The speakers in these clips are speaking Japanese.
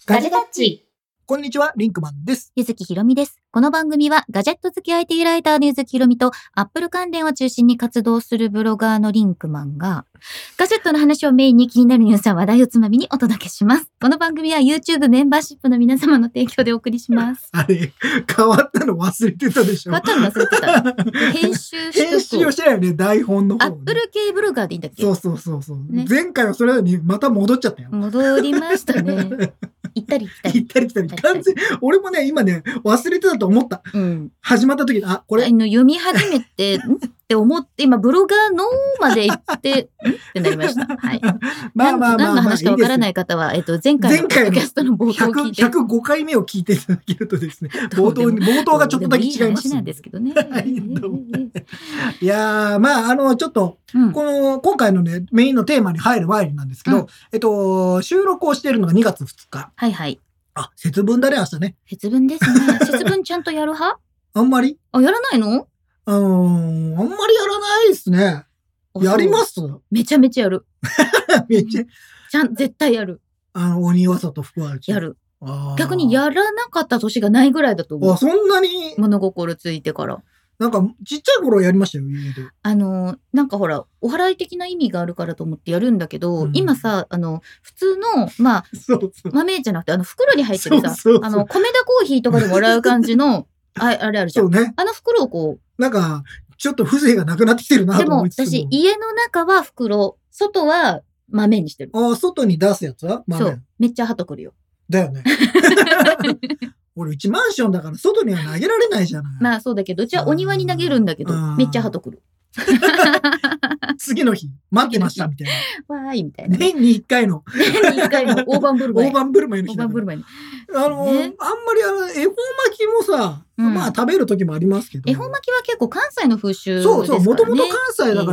ガジェタッチ。 こんにちは、リンクマンです。 ゆずきひろみです。この番組はガジェット好き IT ライターのゆずきひろみとアップル関連を中心に活動するブロガーのリンクマンがガジェットの話をメインに気になるニュースや話題をつまみにお届けします。この番組は YouTube メンバーシップの皆様の提供でお送りします。 あれ、変わったの忘れてたでしょ。 変わったの忘れてた。編集をしてないよね、台本の方、ね。 アップル系ブロガーでいいんだっけ？ そう、ね。前回はそれにまた戻っちゃったよ。 戻りましたね。行ったり来たり。 完全、俺もね、今ね、忘れてたと思った。 うん。 始まった時に、これ。 読み始めて、って思って、今、ブロガーのまで行って、ってなりました。はい。何の話かわからない方は、前回のポッドキャストの冒頭を聞いて。 105回目を聞いていただけるとですね、冒頭がちょっとだけ違います。いい話なんですけどね。 いやー、ちょっと、今回のね、メインのテーマに入る前なんですけど、収録をしているのが2月2日。 はいはい。 節分だね、明日ね。 節分ですね。節分ちゃんとやる派？ あんまり？ やらないの？ あんまりやらないですね。やります？ めちゃめちゃやる。 絶対やる。 鬼わさと福はやる。逆にやらなかった年がないぐらいだと思う。 そんなに物心ついてから。 なんか、ちっちゃい頃やりましたよ、家で。 なんかほら、お祓い的な意味があるからと思ってやるんだけど、今さ、普通の、豆じゃなくて、袋に入ってるさ、米田コーヒーとかでもらう感じの、あれあるじゃん。 そうね。 袋をこう。 なんか、ちょっと風情がなくなってきてるなと思いつつも。 でも、私、家の中は袋、外は豆にしてる。 外に出すやつは豆。 そう。めっちゃ鳩くるよ。 だよね。俺、うちマンションだから外には投げられないじゃない。 まあそうだけど、うちはお庭に投げるんだけど、めっちゃ鳩くる。 次の日、待ってましたみたいな。わーいみたいな。 年に1回の。 大盤振る舞い。 大盤振る舞いの日だ。あんまり恵方巻きもさ、まあ食べる時もありますけど。 恵方巻きは結構関西の風習ですからね。 そう、もともと関西だから、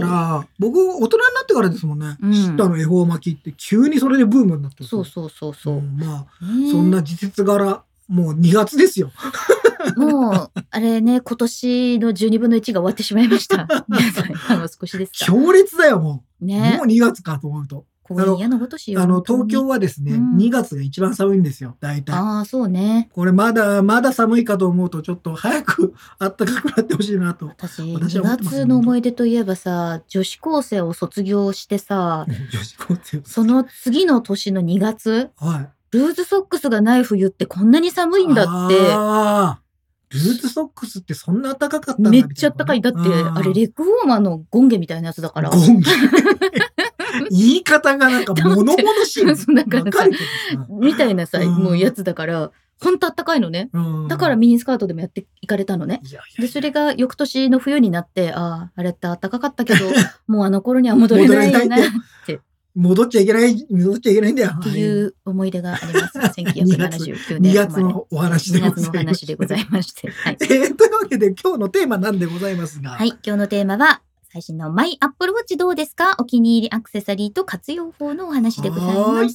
僕、大人になってからですもんね。知ったの恵方巻きって急にそれでブームになった。 そう。 まあ、そんな時節柄、もう2月ですよ。 もう、あれね、今年の12分の1が終わってしまいました。皆さん、少しですか。 強烈だよ、もう。 ね。 もう2月かと思うと。 嫌なことしよう。東京はですね、2月が一番寒いんですよ、大体。 そうね。 これまだ寒いかと思うと、ちょっと早く暖かくなってほしいなと。 私2月の思い出といえばさ、女子高生を卒業してさ、その次の年の2月、ルーズソックスがない冬ってこんなに寒いんだって。 ルーズソックスってそんな暖かかったんだめっちゃ暖かい。だって、あれ、レッグウォーマーのゴンゲみたいなやつだから。 ゴンゲ言い方がなんか物々しい。 みたいなさ、もうやつだから、ほんと暖かいのね。だからミニスカートでもやっていかれたのね。で、それが翌年の冬になって、あれって暖かかったけど、もうあの頃には戻れないなって。 戻っちゃいけないんだよ。 っていう思い出があります。1979年。 2月のお話でございまして。 というわけで今日のテーマなんでございますが。 はい、今日のテーマは、最新のマイアップルウォッチどうですか？お気に入りアクセサリーと活用法のお話でございます。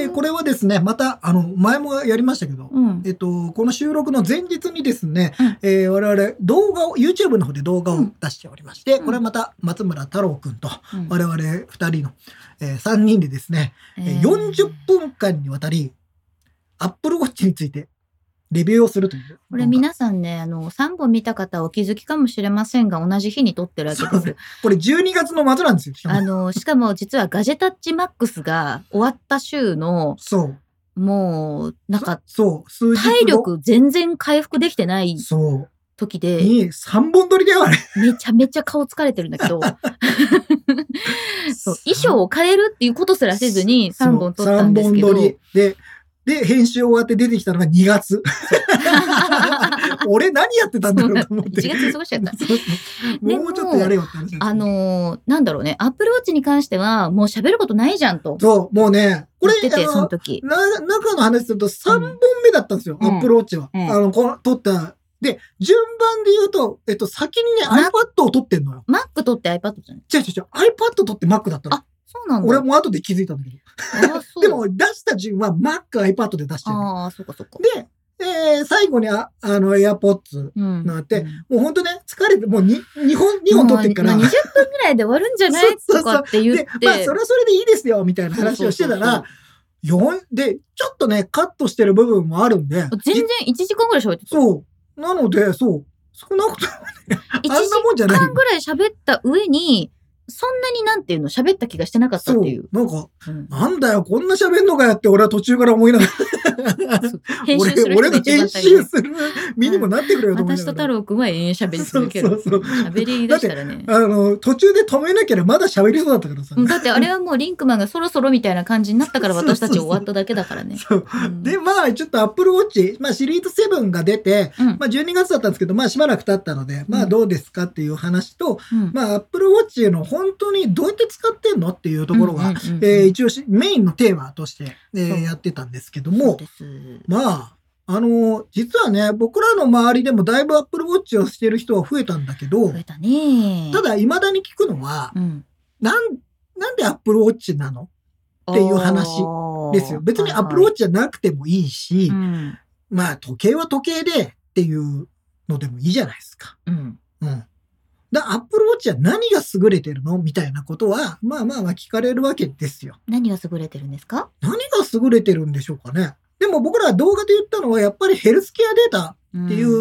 これはですね、また、前もやりましたけど、この収録の前日にですね、我々動画を、YouTube の方で動画を出しておりまして、これはまた松村太郎くんと我々2人の、3人でですね、40分間にわたり、アップルウォッチについてレビューをするという。 これ皆さんね、3本見た方はお気づきかもしれませんが、同じ日に撮ってるわけです。 これ12月の末なんですよ。 しかも実はガジェタッチマックスが終わった週の、もう、なんか、体力全然回復できてない時で、 3本撮りだよ、あれ。 めちゃめちゃ顔疲れてるんだけど、そう、衣装を変えるっていうことすらせずに3本撮ったんですけど、 3本撮りで、編集終わって出てきたのが2月。俺何やってたんだろうと思って。 1月過ごしちゃった。 もうちょっとやれよって話。 なんだろうね。アップルウォッチに関しては、もう喋ることないじゃんと。 そう、もうね、これ、 その時。 中の話すると3本目だったんですよ、アップルウォッチは。撮った。で、順番で言うと、先にね、iPad を撮ってんのよ。 Mac 撮って iPad じゃない？ 違う。iPad 撮って Mac だったの。 そうなんだ。 俺も後で気づいたんだけど。でも出した順は Mac、iPad で出してる。 そうか。 で、最後にAirPods があって、もうほんとね、疲れて、もう2本撮ってるから。 20分ぐらいで終わるんじゃないとかって言って。 まあ、それはそれでいいですよ、みたいな話をしてたら、 で、ちょっとね、カットしてる部分もあるんで。 全然1時間ぐらい喋ってた。 そう。なので、少なくともね、あんなもんじゃない。 1時間ぐらい喋った上に、そんなになんていうの喋った気がしてなかったっていう。 なんか、なんだよ、こんな喋んのかやって俺は途中から思いながら。俺が編集する身にもなってくれよと思いながら。 私と太郎くんは永遠喋り続ける。喋り出したらね。 途中で止めなきゃまだ喋りそうだったからさ。 だってあれはもうリンクマンがそろそろみたいな感じになったから私たち終わっただけだからね。 で、まあちょっと Apple Watch、シリーズ7が出て、12月だったんですけど、しばらく経ったので、どうですかっていう話と、Apple Watch の本当にどうやって使ってんのっていうところが、一応メインのテーマとして、やってたんですけども、実はね、僕らの周りでもだいぶ Apple Watch をしてる人は増えたんだけど、 増えたね。 ただ未だに聞くのは、なんで Apple Watch なのっていう話ですよ。別に Apple Watch じゃなくてもいいし、時計は時計でっていうのでもいいじゃないですか。アップルウォッチは何が優れてるのみたいなことは、聞かれるわけですよ。 何が優れてるんですか？ 何が優れてるんでしょうかね。でも僕らは動画で言ったのは、やっぱりヘルスケアデータっていう、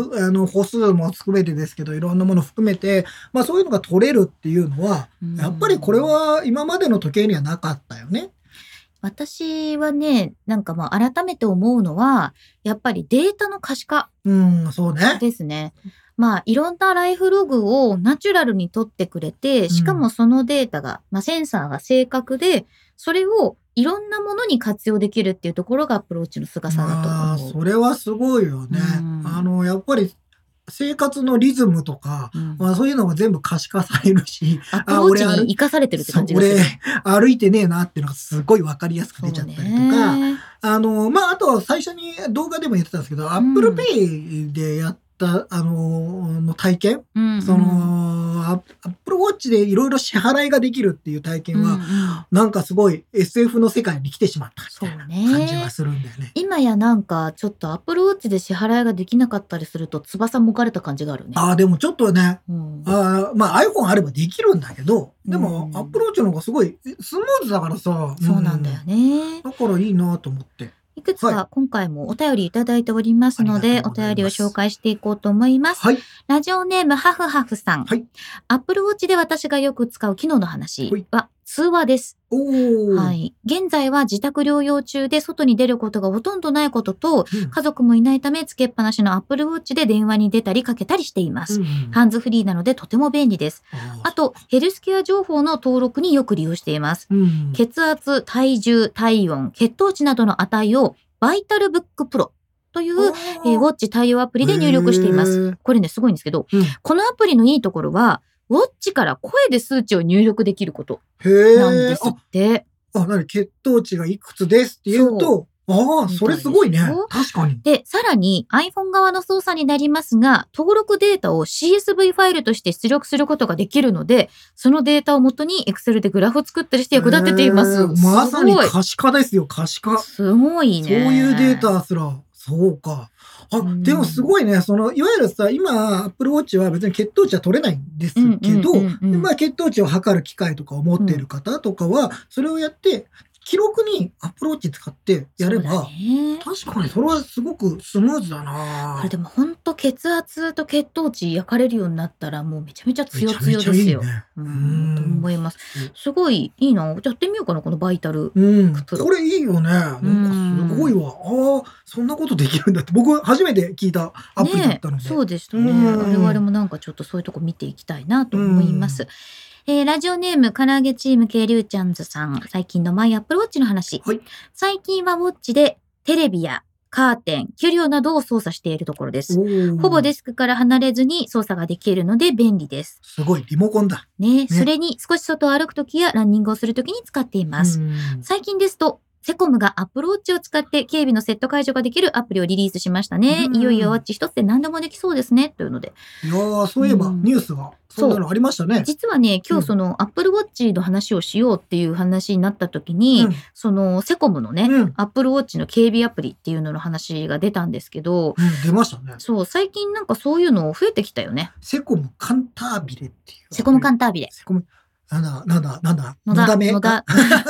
歩数も含めてですけど、いろんなもの含めて、そういうのが取れるっていうのは、やっぱりこれは今までの時計にはなかったよね。 私はね、改めて思うのは、やっぱりデータの可視化。 そうね。 ですね。いろんなライフログをナチュラルに取ってくれて、しかもそのデータが、センサーが正確で、それをいろんなものに活用できるっていうところがアプローチの凄さだと思う。 それはすごいよね。やっぱり生活のリズムとか、そういうのが全部可視化されるし、 アプローチに生かされてるって感じがする。 俺歩いてねえなっていうのがすごいわかりやすく出ちゃったりとか、あと最初に動画でも言ってたんですけど、Apple Pay でやった体験、Apple Watch でいろいろ支払いができるっていう体験は、なんかすごい SF の世界に来てしまったみたいな感じがするんだよね。 今やちょっと Apple Watch で支払いができなかったりすると翼もがれた感じがあるね。 でもちょっとね、iPhone あればできるんだけど、でも Apple Watch の方がすごいスムーズだからさ。 そうなんだよね。 だからいいなと思って。 いくつか今回もお便りいただいておりますので、お便りを紹介していこうと思います。ラジオネームハフハフさん。Apple Watch で私がよく使う機能の話は通話です。現在は自宅療養中で外に出ることがほとんどないことと、家族もいないためつけっぱなしの Apple Watch で電話に出たりかけたりしています。ハンズフリーなのでとても便利です。あと、ヘルスケア情報の登録によく利用しています。血圧、体重、体温、血糖値などの値をバイタルブックプロという、ウォッチ対応アプリで入力しています。これね、すごいんですけど、このアプリのいいところは、ウォッチから声で数値を入力できることなんですって。 血糖値がいくつですって言うと、それすごいね。確かに。 で、さらに iPhone 側の操作になりますが、登録データを CSV ファイルとして出力することができるので、そのデータをもとに Excel でグラフを作ったりして役立てています。 まさに可視化ですよ、可視化。 すごいね。 そういうデータすら、そうか。でもすごいね。いわゆるさ、今、Apple Watch は別に血糖値は取れないんですけど、血糖値を測る機械とかを持っている方とかは、それをやって、記録にアプローチ使ってやれば、確かにそれはすごくスムーズだな。 これでも本当血圧と血糖値焼かれるようになったらもうめちゃめちゃ強ですよ。と思います。すごいいいな。じゃあやってみようかな、このバイタル。 これいいよね。なんかすごいわ。そんなことできるんだって。僕初めて聞いたアプリだったので。 そうでしたね。我々もちょっとそういうとこ見ていきたいなと思います。ラジオネーム、唐揚げチーム系リュウちゃんズさん。最近のマイアップルウォッチの話。最近はウォッチでテレビやカーテン、キュリオなどを操作しているところです。ほぼデスクから離れずに操作ができるので便利です。 すごい、リモコンだ。 それに少し外を歩くときやランニングをするときに使っています。最近ですと、セコムがアップルウォッチを使って警備のセット解除ができるアプリをリリースしましたね。いよいよウォッチ一つで何でもできそうですね。というので。 いやー、そういえばニュースがそんなのありましたね。 実はね、今日そのアップルウォッチの話をしようっていう話になった時に、そのセコムのね、アップルウォッチの警備アプリっていうのの話が出たんですけど、 出ましたね。 そう、最近なんかそういうの増えてきたよね。 セコムカンタービレっていう。 セコムカンタービレ。 セコムなんだ野田め野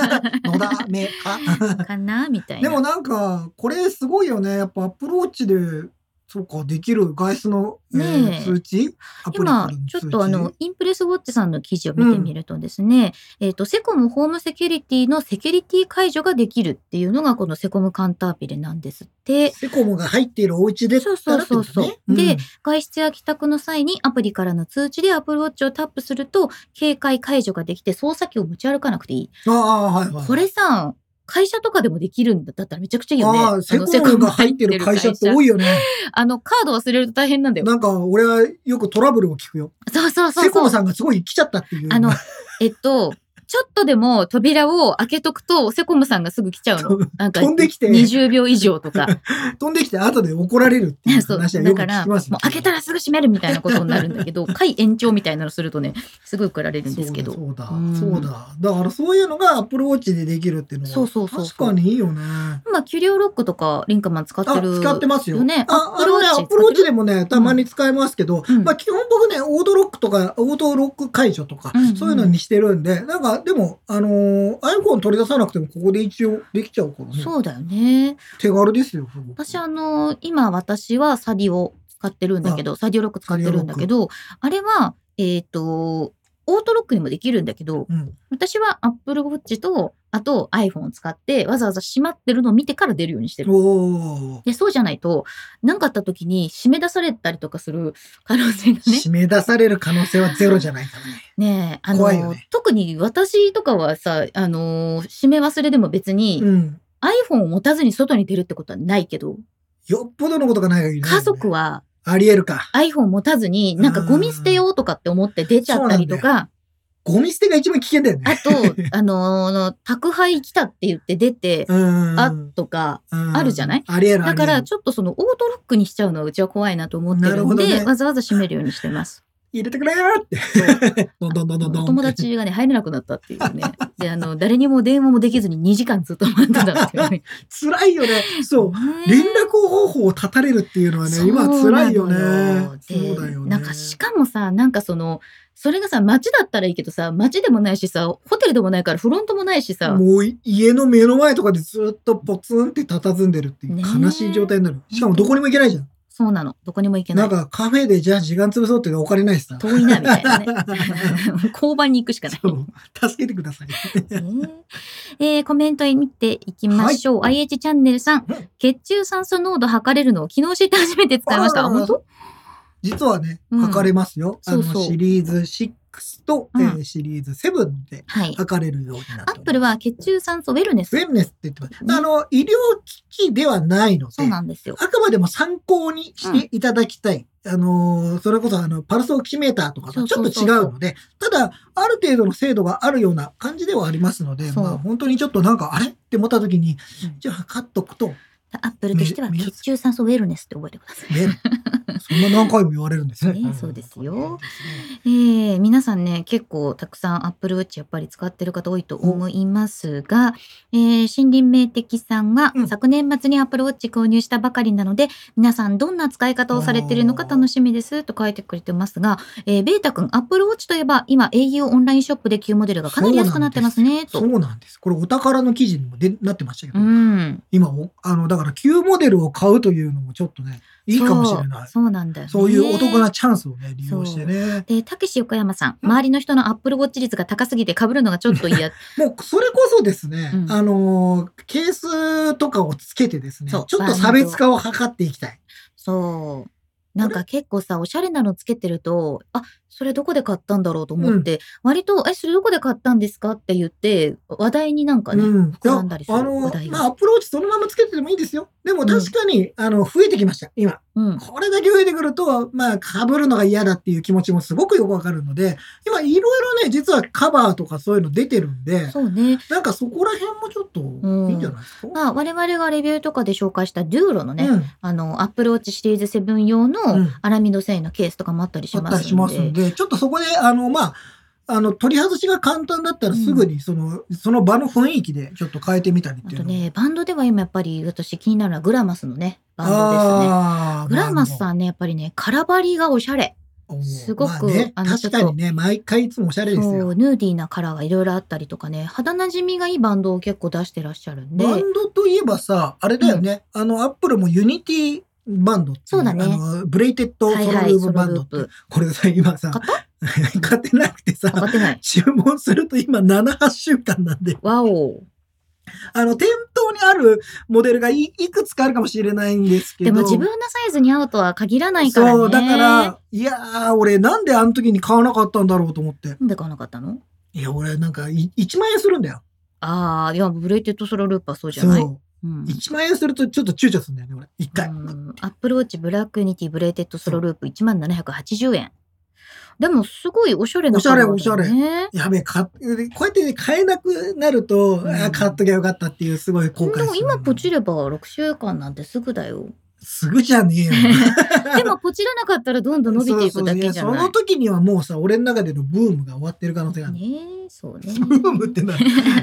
野田メかかなみたいな。 でもなんか、これすごいよね。やっぱアプローチで、そうか、できる外出の、通知アプリからの通知。 今、ちょっとインプレスウォッチさんの記事を見てみるとですね、セコムホームセキュリティのセキュリティ解除ができるっていうのがこのセコムカンタアピレなんですって。 セコムが入っているお家でったらってことね。 そう。で、外出や帰宅の際にアプリからの通知でアプローチをタップすると、警戒解除ができて操作機を持ち歩かなくていい。これさ、会社とかでもできるんだったらめちゃくちゃいいよね。 セコムが入ってる会社って多いよね。 カード忘れると大変なんだよ。 なんか、俺はよくトラブルを聞くよ。 そう。 セコムさんがすごい来ちゃったっていう。 ちょっとでも扉を開けとくと、セコムさんがすぐ来ちゃうの。なんか、 飛んできて。 20秒以上とか。 飛んできて後で怒られるっていう話はよく聞きますね。だから、もう開けたらすぐ閉めるみたいなことになるんだけど、会延長みたいなのするとね、すごい怒られるんですけど。 そうだ。だからそういうのがアップルウォッチでできるっていうのは、確かにいいよね。 キュリオロックとか、リンクマン使ってる。 使ってますよ。 ね。 アップルウォッチでもね、たまに使えますけど、基本僕ね、オートロックとか、オートロック解除とか、そういうのにしてるんで、なんか、でも、iPhone 取り出さなくてもここで一応できちゃうからね。 そうだよね。 手軽ですよ。 私私はサディを使ってるんだけど、サディオロック使ってるんだけど、あれは、オートロックにもできるんだけど、私は Apple Watch と、あと iPhone を使ってわざわざ閉まってるのを見てから出るようにしてる。で、そうじゃないと、何かあった時に締め出されたりとかする可能性がね。 締め出される可能性はゼロじゃないからね。ね怖いよね。 特に私とかはさ、締め忘れでも別に、iPhone を持たずに外に出るってことはないけど。 よっぽどのことがない限りね。 家族は、 ありえるか。 iPhone 持たずに、なんかゴミ捨てようとかって思って出ちゃったりとか。 ゴミ捨てが一番危険だよね。 あと、宅配来たって言って出て、とか、あるじゃない？ ありえる。 だから、ちょっとそのオートロックにしちゃうのはうちは怖いなと思ってるので、わざわざ閉めるようにしてます。 入れてくれーって。どんどん。 友達がね、入れなくなったっていうね。で、誰にも電話もできずに2時間ずっと待ってたっていうね。 辛いよね。そう。連絡方法を絶たれるっていうのはね、今辛いよね。そうだよね。 なんか、しかもさ、なんかそれがさ、街だったらいいけどさ、街でもないしさ、ホテルでもないからフロントもないしさ。 もう家の目の前とかでずっとポツンって佇んでるっていう悲しい状態になる。しかもどこにも行けないじゃん。 そうなの。どこにも行けない。 なんかカフェでじゃあ時間潰そうってお金ないしさ。 遠いな、みたいなね。交番に行くしかない。 そう。助けてください。コメント見ていきましょう。IH チャンネルさん。血中酸素濃度測れるのを昨日知って初めて使いました。本当？ 実はね、測れますよ。シリーズ6と、シリーズ7で測れるようになっております。 アップルは血中酸素ウェルネス。 ウェルネスって言ってます。医療機器ではないので、 そうなんですよ。 あくまでも参考にしていただきたい。それこそパルスオキシメーターとかとちょっと違うので、ただ、ある程度の精度があるような感じではありますので、本当にちょっとなんか、あれって思った時に、じゃあ測っとくと、 アップルとしては血中酸素ウェルネスって覚えてください。 そんな何回も言われるんですね。 そうですよ。皆さんね、結構たくさんアップルウォッチやっぱり使ってる方多いと思いますが、森林名的さんが昨年末にアップルウォッチ購入したばかりなので、皆さんどんな使い方をされているのか楽しみですと書いてくれてますが、ベータ君、アップルウォッチといえば今 au オンラインショップで旧モデルがかなり安くなってますねと。 そうなんです。これお宝の記事にもなってましたけど、今だから旧モデルを買うというのもちょっとね、いいかもしれない。 そうなんだよね。 そういうお得なチャンスをね、利用してね。 で、たけし横山さん、周りの人のアップルウォッチ率が高すぎて被るのがちょっと嫌。 もう、それこそですね、ケースとかをつけてですね、ちょっと差別化を図っていきたい。 そう。なんか結構さ、おしゃれなのつけてると、それどこで買ったんだろうと思って、割と、それどこで買ったんですかって言って、話題になんかね、膨らんだりする話題が。 アプローチそのままつけててもいいですよ。でも確かに、増えてきました、今。これだけ増えてくると、被るのが嫌だっていう気持ちもすごくよくわかるので、今いろいろね、実はカバーとかそういうの出てるんで、 そうね。 なんかそこら辺もちょっといいんじゃないですか。 我々がレビューとかで紹介したデューロのね、アップルウォッチシリーズ7用のアラミド繊維のケースとかもあったりしますので、ちょっとそこで、取り外しが簡単だったらすぐにその場の雰囲気でちょっと変えてみたりっていう。 あとね、バンドでは今やっぱり私気になるのはグラマスのね、バンドですね。グラマスさんね、やっぱりね、カラバリがおしゃれ。 すごく、 ね、確かにね、毎回いつもおしゃれですよ。 そう、ヌーディーなカラーがいろいろあったりとかね、肌なじみがいいバンドを結構出してらっしゃるんで。 バンドといえばさ、あれだよね、アップルもユニティバンドっていう、 そうだね。 ブレイテッドソロループバンドって、これさ、今さ、買ってなくてさ、注文すると今7、8週間なんで。 わお。 店頭にあるモデルがいくつかあるかもしれないんですけど。 でも自分のサイズに合うとは限らないからね。 そう、だから、いやー、俺なんであの時に買わなかったんだろうと思って。 なんで買わなかったの？ いや、俺なんか1万円するんだよ。 ああ、いや、ブレイテッドソロループはそうじゃない？そう。 1万円するとちょっと躊躇するんだよね、俺。1回。 アップルウォッチブラックユニティブレイテッドソロループ1780円。でもすごいおしゃれなカラーだね。 おしゃれ。やべえ、こうやってね、買えなくなると、買っときゃよかったっていうすごい後悔する。 でも今ポチれば6週間なんてすぐだよ。 すぐじゃねえよ。 でもポチらなかったらどんどん伸びていくだけじゃない。 その時にはもうさ、俺の中でのブームが終わってる可能性がある。 ねえ、そうね。 ブームって何？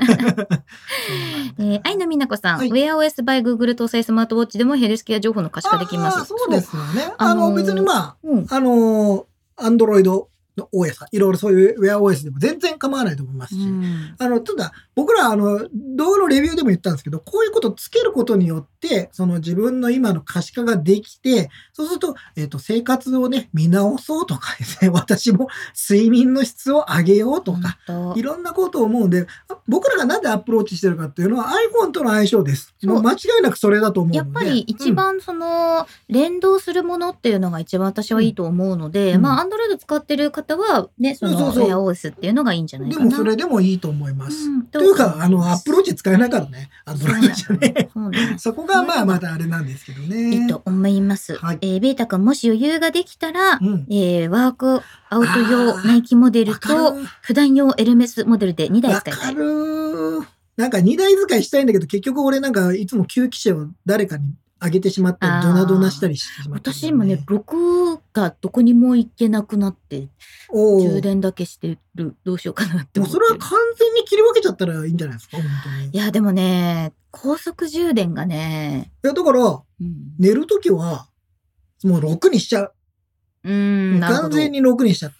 愛のみなこさん、Wear OS by Google 搭載スマートウォッチでもヘルスケア情報の可視化できます。 そうですよね。別にまあ、Androidの OS か、いろいろそういう Wear OS でも全然構わないと思いますし、ただ、僕ら動画のレビューでも言ったんですけど、こういうことをつけることによって、その自分の今の可視化ができて、そうすると、生活をね、見直そうとかですね、私も睡眠の質を上げようとか、いろんなことを思うんで、僕らがなんで Apple Watch してるかっていうのは iPhone との相性です。間違いなくそれだと思うので。 やっぱり一番連動するものっていうのが一番私はいいと思うので、まあ、Android 使ってる方はね、Wear OS っていうのがいいんじゃないかな。 でもそれでもいいと思います。というか、Apple Watch 使えないからね。Android じゃね。そこがまあまたあれなんですけどね。 いいと思います。ベータ君もし余裕ができたら、ワークアウト用ナイキモデルと、普段用エルメスモデルで2台使いたい。 なんか2台使いしたいんだけど、結局俺なんかいつも旧機種を誰かにあげてしまって、ドナドナしたりしてしまって、ね。 私今ね、6がどこにも行けなくなって、充電だけしてる。どうしようかなって思って。 もうそれは完全に切り分けちゃったらいいんじゃないですか、本当に。 いや、でもね、高速充電がね。 いや、だから、寝るときは、もう6にしちゃう。完全に6にしちゃって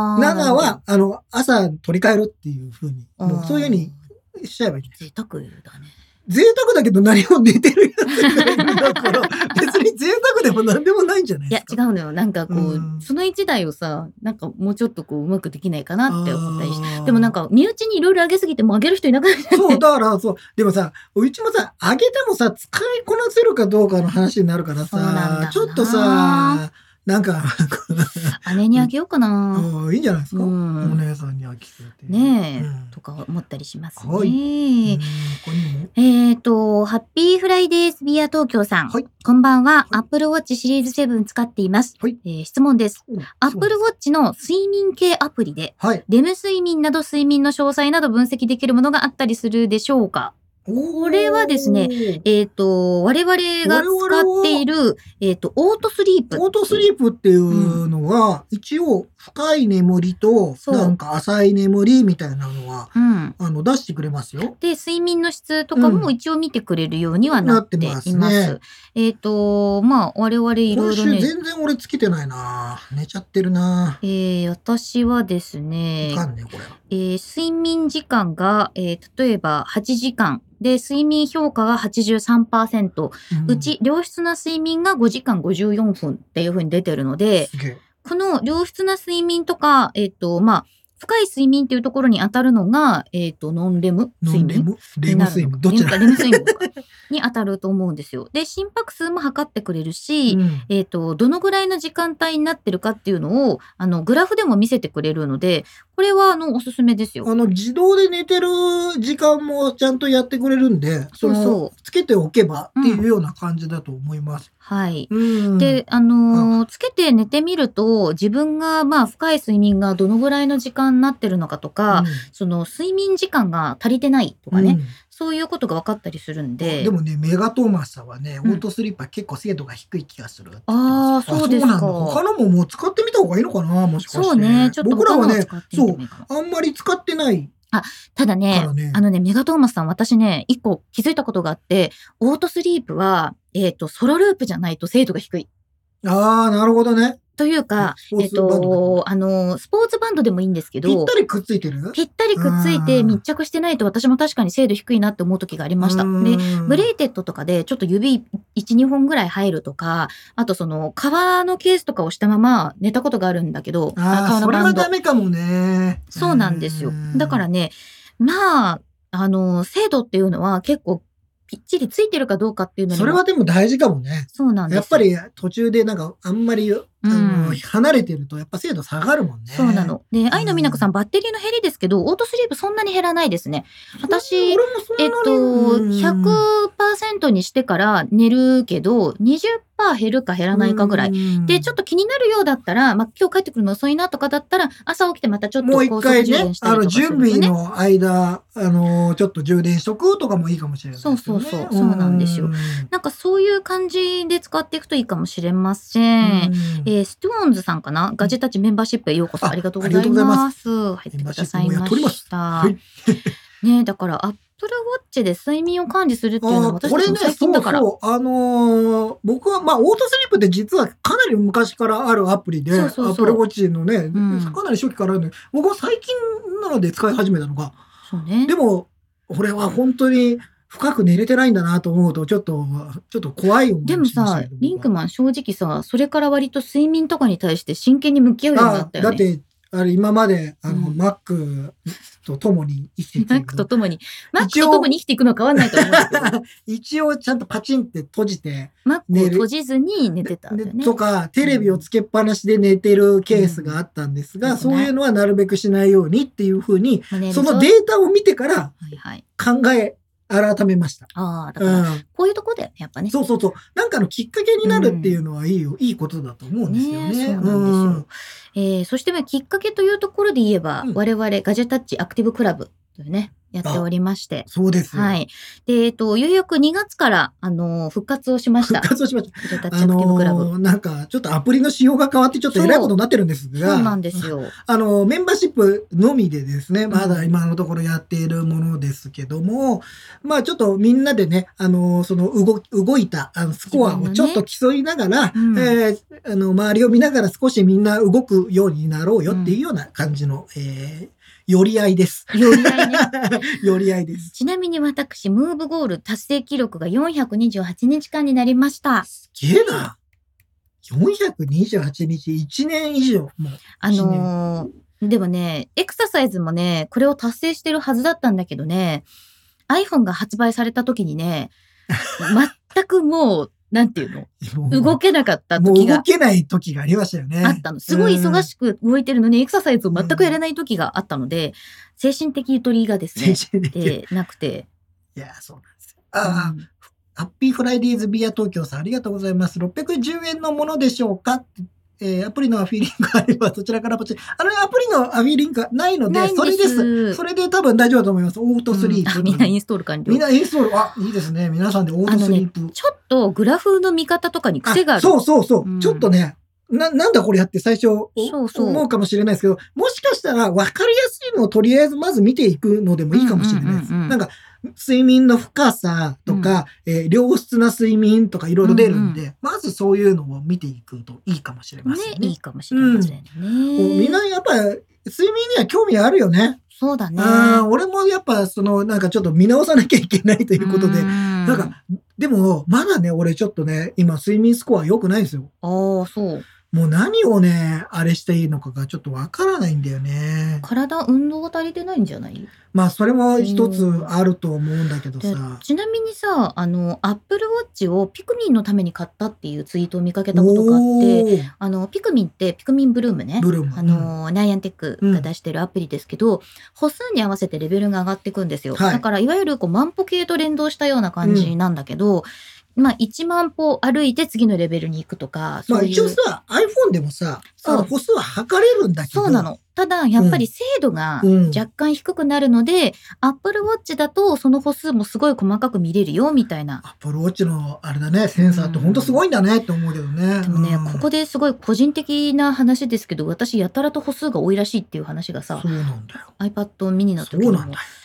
、7は、朝取り替えるっていうふうに、もうそういうふうにしちゃえばいい。 贅沢だね。 贅沢だけど何も寝てるやつがいるんだから、別に贅沢でも何でもないんじゃないですか。 いや、違うのよ。なんかこう、その1台をさ、なんかもうちょっとこう、うまくできないかなって思ったりして。でもなんか、身内にいろいろあげすぎてもあげる人いなくなっちゃって。 そう、だからそう。でもさ、うちもさ、あげてもさ、使いこなせるかどうかの話になるからさ、ちょっとさ、なんか姉にあげようかな。 いいんじゃないですか。お姉さんにあげてねえ、とか思ったりしますね。ハッピーフライデーズビア東京さん。こんばんは。Apple Watch シリーズ7使っています。質問です。Apple Watch の睡眠系アプリで、レム睡眠など睡眠の詳細など分析できるものがあったりするでしょうか？これはですね、我々が使っている、オートスリープ。 オートスリープっていうのは、一応、深い眠りと、なんか浅い眠りみたいなのは、出してくれますよ。 で、睡眠の質とかも一応見てくれるようにはなっています。まあ、我々いろいろね。 今週全然俺つけてないな。寝ちゃってるな。 私はですね、睡眠時間が、例えば8時間。で、睡眠評価が 83%、うち良質な睡眠が5時間54分っていう風に出てるので、この良質な睡眠とか、まあ、深い睡眠っていうところに当たるのが、ノンレム睡眠レム睡眠どっちだ？ レム睡眠に当たると思うんですよ。で、心拍数も測ってくれるし、どのぐらいの時間帯になってるかっていうのを、グラフでも見せてくれるので、これは、おすすめですよ。 自動で寝てる時間もちゃんとやってくれるんで、つけておけばっていうような感じだと思います。 はい。で、つけて寝てみると、自分が、まあ、深い睡眠がどのぐらいの時間になってるのかとか、その、睡眠時間が足りてないとかね、そういうことが分かったりするんで。 でもね、メガトーマスさんはね、オートスリーパー結構精度が低い気がする。 ああ、そうですか。 他のももう使ってみた方がいいのかな、もしかして。 そうね、ちょっと僕らはね、そう、あんまり使ってない。 ただね、メガトーマスさん、私ね、一個気づいたことがあって、オートスリープは、ソロループじゃないと精度が低い。 ああ、なるほどね。 というか、スポーツバンドでもいいんですけど、 ぴったりくっついてる？ ぴったりくっついて密着してないと私も確かに精度低いなって思う時がありました。で、ブレイテッドとかでちょっと指1、2本ぐらい入るとか、あと革のケースとかをしたまま寝たことがあるんだけど、 革のバンド。それはダメかもね。 そうなんですよ。だからね、まあ、精度っていうのは結構ぴっちりついてるかどうかっていうのにそれはでも大事かもね。 そうなんです。 やっぱり途中であんまり離れてるとやっぱ精度下がるもんね。 そうなの。で、愛の美奈子さん、バッテリーの減りですけど、オートスリープそんなに減らないですね。私、100% にしてから寝るけど、20%減るか減らないかぐらい。で、ちょっと気になるようだったら、今日帰ってくるの遅いなとかだったら、朝起きてまたちょっと高速充電したりとかするんですよね。 準備の間、ちょっと充電しとくとかもいいかもしれないですね。 そう。そうなんですよ。そういう感じで使っていくといいかもしれません。ストーンズさんかな、ガジェタッチメンバーシップへようこそありがとうございます。入ってくださいました。ね、だからアップルウォッチで睡眠を管理するっていうのは私たちも最近だから。 僕はオートスリープって実はかなり昔からあるアプリで、アップルウォッチのね、かなり初期からあるんで、僕は最近なので使い始めたのが。 そうね。 でも、俺は本当に深く寝れてないんだなと思うと、ちょっと怖い思いでもさ、リンクマン正直さ、それから割と睡眠とかに対して真剣に向き合うようになったよね。 だって、今まで、Mac と共に生きていく。 Mac と共に生きていくのは変わんないと思うんだけど。 一応ちゃんとパチンって閉じて。 Mac を閉じずに寝てたんだよね。 とか、テレビをつけっぱなしで寝てるケースがあったんですが、そういうのはなるべくしないようにっていうふうに、そのデータを見てから考え、改めました。 だから、こういうとこだよね、やっぱね。 そう。きっかけになるっていうのはいいことだと思うんですよね。 そうなんですよ。そしてきっかけというところで言えば、我々ガジェタッチアクティブクラブというね、やっておりまして。 そうです。 はい。で、ようやく2月から、復活をしました。 復活をしました。ガジェタッチアクティブクラブ。ちょっとアプリの仕様が変わってちょっと偉いことになってるんですが。 そうなんですよ。 メンバーシップのみでですね、まだ今のところやっているものですけども、ちょっとみんなでね、動いたスコアをちょっと競いながら、周りを見ながら少しみんな動くようになろうよっていうような感じの、寄り合いです。 寄り合いね。 寄り合いです。 ちなみに私、ムーブゴール達成記録が428日間になりました。 すげえな。428日、1年以上。 もうでもね、エクササイズもね、これを達成してるはずだったんだけどね、iPhone が発売された時にね、全くもう、なんていうの？動けなかった時が。 もう動けない時がありましたよね。 あったの。すごい忙しく動いてるのに、エクササイズを全くやれない時があったので、精神的ゆとりがですね、なくて。 いや、そうなんですよ。ハッピーフライデーズビア東京さんありがとうございます。610円のものでしょうか？アプリのアフィリンクあればそちらからポチッ。アプリのアフィリンクないので、それです。それで多分大丈夫だと思います。オートスリープ。 みんなインストール完了。 みんなインストール。いいですね。皆さんでオートスリープ。 ちょっとグラフの見方とかに癖がある。 そう。ちょっとね、なんだこれやって最初思うかもしれないですけど、もしかしたら分かりやすいのをとりあえずまず見ていくのでもいいかもしれないです。睡眠の深さとか、良質な睡眠とかいろいろ出るんで、まずそういうのを見ていくといいかもしれませんね。 いいかもしれませんね。 みんなやっぱ睡眠には興味あるよね。 そうだね。 俺もやっぱちょっと見直さなきゃいけないということで、でもまだね、俺ちょっとね、今睡眠スコア良くないんですよ。 そう。 もう何をね、あれしていいのかがちょっとわからないんだよね。 運動が足りてないんじゃない？ それも一つあると思うんだけどさ。 ちなみにさ、アップルウォッチをピクミンのために買ったっていうツイートを見かけたことがあって、ピクミンってピクミンブルームね。ナイアンテックが出してるアプリですけど、歩数に合わせてレベルが上がっていくんですよ。だからいわゆる万歩計と連動したような感じなんだけど、1万歩歩いて次のレベルに行くとか。 一応さ、iPhone でもさ、歩数は測れるんだけど。 そうなの。ただ、やっぱり精度が若干低くなるので、Apple Watch だとその歩数もすごい細かく見れるよ、みたいな。 Apple Watch のあれだね、センサーって本当すごいんだねって思うけどね。 でもね、ここですごい個人的な話ですけど、私やたらと歩数が多いらしいっていう話がさ、 そうなんだよ。 iPad mini の時にも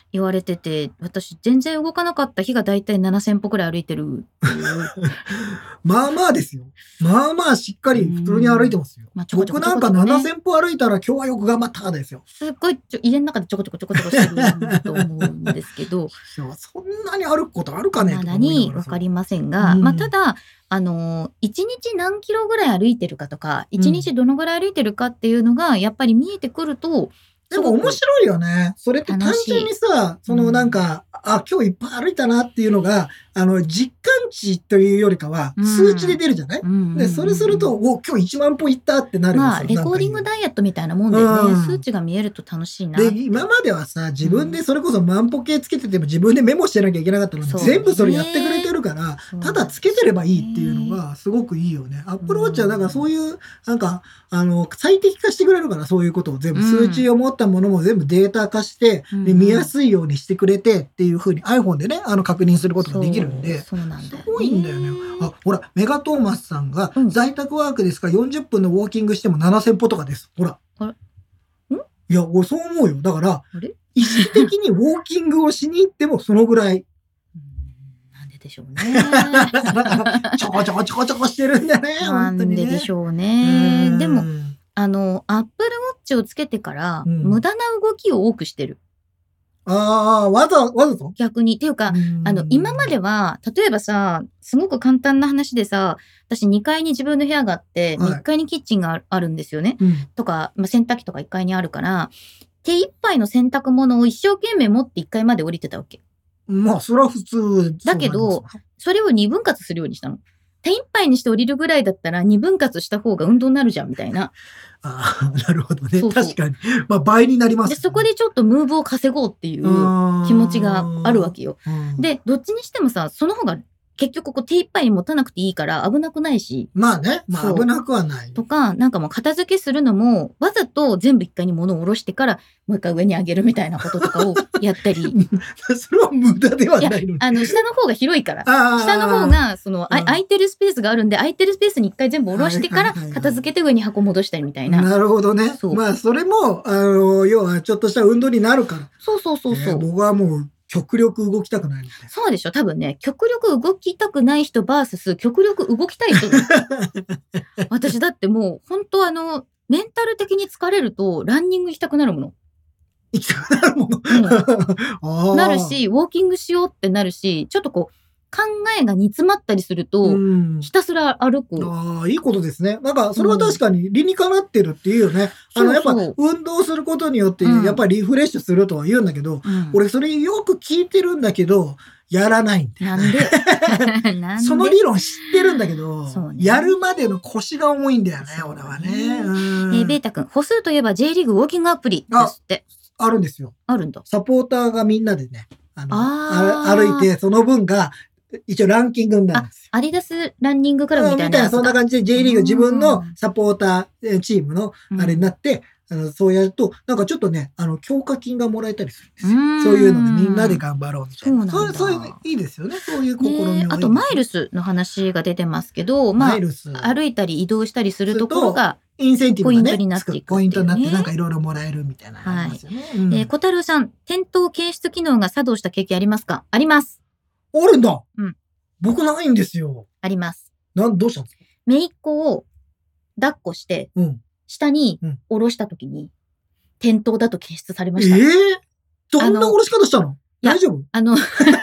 言われてて、私全然動かなかった日がだいたい7000歩くらい歩いてるっていう。 まあまあですよ。まあまあしっかり普通に歩いてますよ。僕なんか7000歩歩いたら今日はよく頑張ったですよ。 すっごい家の中でちょこちょこしてると思うんですけど。 そんなに歩くことあるかね。 まだにわかりませんが、まあただ、1日何キロぐらい歩いてるかとか、1日どのぐらい歩いてるかっていうのがやっぱり見えてくると、 でも面白いよね。それって単純にさ、なんか、今日いっぱい歩いたなっていうのが、実感値というよりかは、数値で出るじゃない、で、それすると、今日1万歩いったってなるんですよ。 まあ、レコーディングダイエットみたいなもんでね、数値が見えると楽しいな。 で、今まではさ、自分でそれこそ万歩計つけてても自分でメモしてなきゃいけなかったのに、全部それやってくれてるから、ただつけてればいいっていうのがすごくいいよね。アップルウォッチはなんかそういう、なんか、最適化してくれるから、そういうことを全部、数値を持ったものも全部データ化して、で見やすいようにしてくれてっていうふうに iPhone でね、確認することができるんで、すごいんだよね。ほら、メガトーマスさんが、在宅ワークですから40分のウォーキングしても7000歩とかです。ほら。いや、俺そう思うよ。だから、意識的にウォーキングをしに行ってもそのぐらい。 なんででしょうね。 ちょこちょこしてるんだね。 なんででしょうね。でも、アップルウォッチをつけてから、無駄な動きを多くしてる。 わざと逆に。っていうか、今までは、例えばさ、すごく簡単な話でさ、私2階に自分の部屋があって、1階にキッチンがあるんですよね。とか、洗濯機とか1階にあるから、手一杯の洗濯物を一生懸命持って1階まで降りてたわけ。 まあ、それは普通。 だけど、それを2分割するようにしたの。手一杯にして降りるぐらいだったら2分割した方が運動になるじゃん、みたいな。 なるほどね。確かに。まあ、倍になります、ね。 で、そこでちょっとムーブを稼ごうっていう気持ちがあるわけよ。で、どっちにしてもさ、その方が結局手一杯に持たなくていいから危なくないし。 まあね。まあ危なくはない。 とか、なんかもう片付けするのも、わざと全部一回に物を下ろしてから、もう一回上に上げるみたいなこととかをやったり。 それは無駄ではないのに。下の方が広いから。下の方が、空いてるスペースがあるんで、空いてるスペースに一回全部下ろしてから、片付けて上に箱戻したりみたいな。 なるほどね。まあ、それも、要はちょっとした運動になるから。 そう。 僕はもう、極力動きたくないみたいな。 そうでしょ。多分ね、極力動きたくない人バーサス極力動きたい人。私だってもう、本当メンタル的に疲れると、ランニング行きたくなるもの。 行きたくなるもの、 なるし、ウォーキングしようってなるし、ちょっとこう、考えが煮詰まったりすると、ひたすら歩く。 いいことですね。なんか、それは確かに理にかなってるっていうよね。やっぱ、運動することによって、やっぱりリフレッシュするとは言うんだけど、俺それよく聞いてるんだけど、やらないんだよ。 なんでその理論知ってるんだけど、やるまでの腰が重いんだよね、俺はね。 ベータ君、歩数といえば J リーグウォーキングアプリですって。 あるんですよ。 あるんだ。 サポーターがみんなでね、歩いて、その分が、一応ランキングになるんですよ。 アディダスランニングクラブみたいな。 そんな感じで J リーグ自分のサポーターチームのあれになって、そうやると、なんかちょっとね、強化金がもらえたりするんですよ。そういうのでみんなで頑張ろうみたいな。そういう、いいですよね。そういう試みを。 あと、マイルスの話が出てますけど、まあ、歩いたり移動したりするところが、 インセンティブがね、 ポイントになっていく。 ポイントになってなんかいろいろもらえるみたいなのありますよね。 小太郎さん、転倒検出機能が作動した経験ありますか？あります。 あるんだ。僕ないんですよ。 あります。 どうしたんですか？ 姪っ子を抱っこして、下に下ろしたときに、転倒だと検出されました。 どんな下ろし方したの？大丈夫？どんな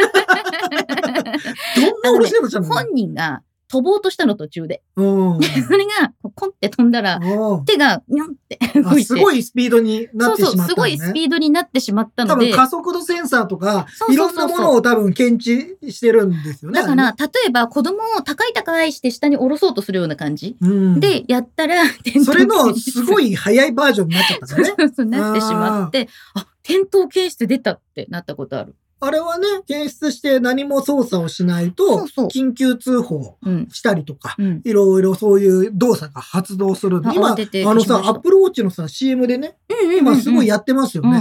下ろし方したの？ 本人が飛ぼうとしたの途中で。それが、コンって飛んだら、手が、ニョンって動いて。 すごいスピードになってしまったのね。 すごいスピードになってしまったので。 多分加速度センサーとか、いろんなものを多分検知してるんですよね。 だから、例えば子供を高いして下に下ろそうとするような感じ。で、やったら、 それのすごい速いバージョンになっちゃったんだね。 そう、なってしまって、転倒検出出たってなったことある。 あれはね、検出して何も操作をしないと、緊急通報したりとか、いろいろそういう動作が発動する。今、アップルウォッチのさ、CM でね、今すごいやってますよね。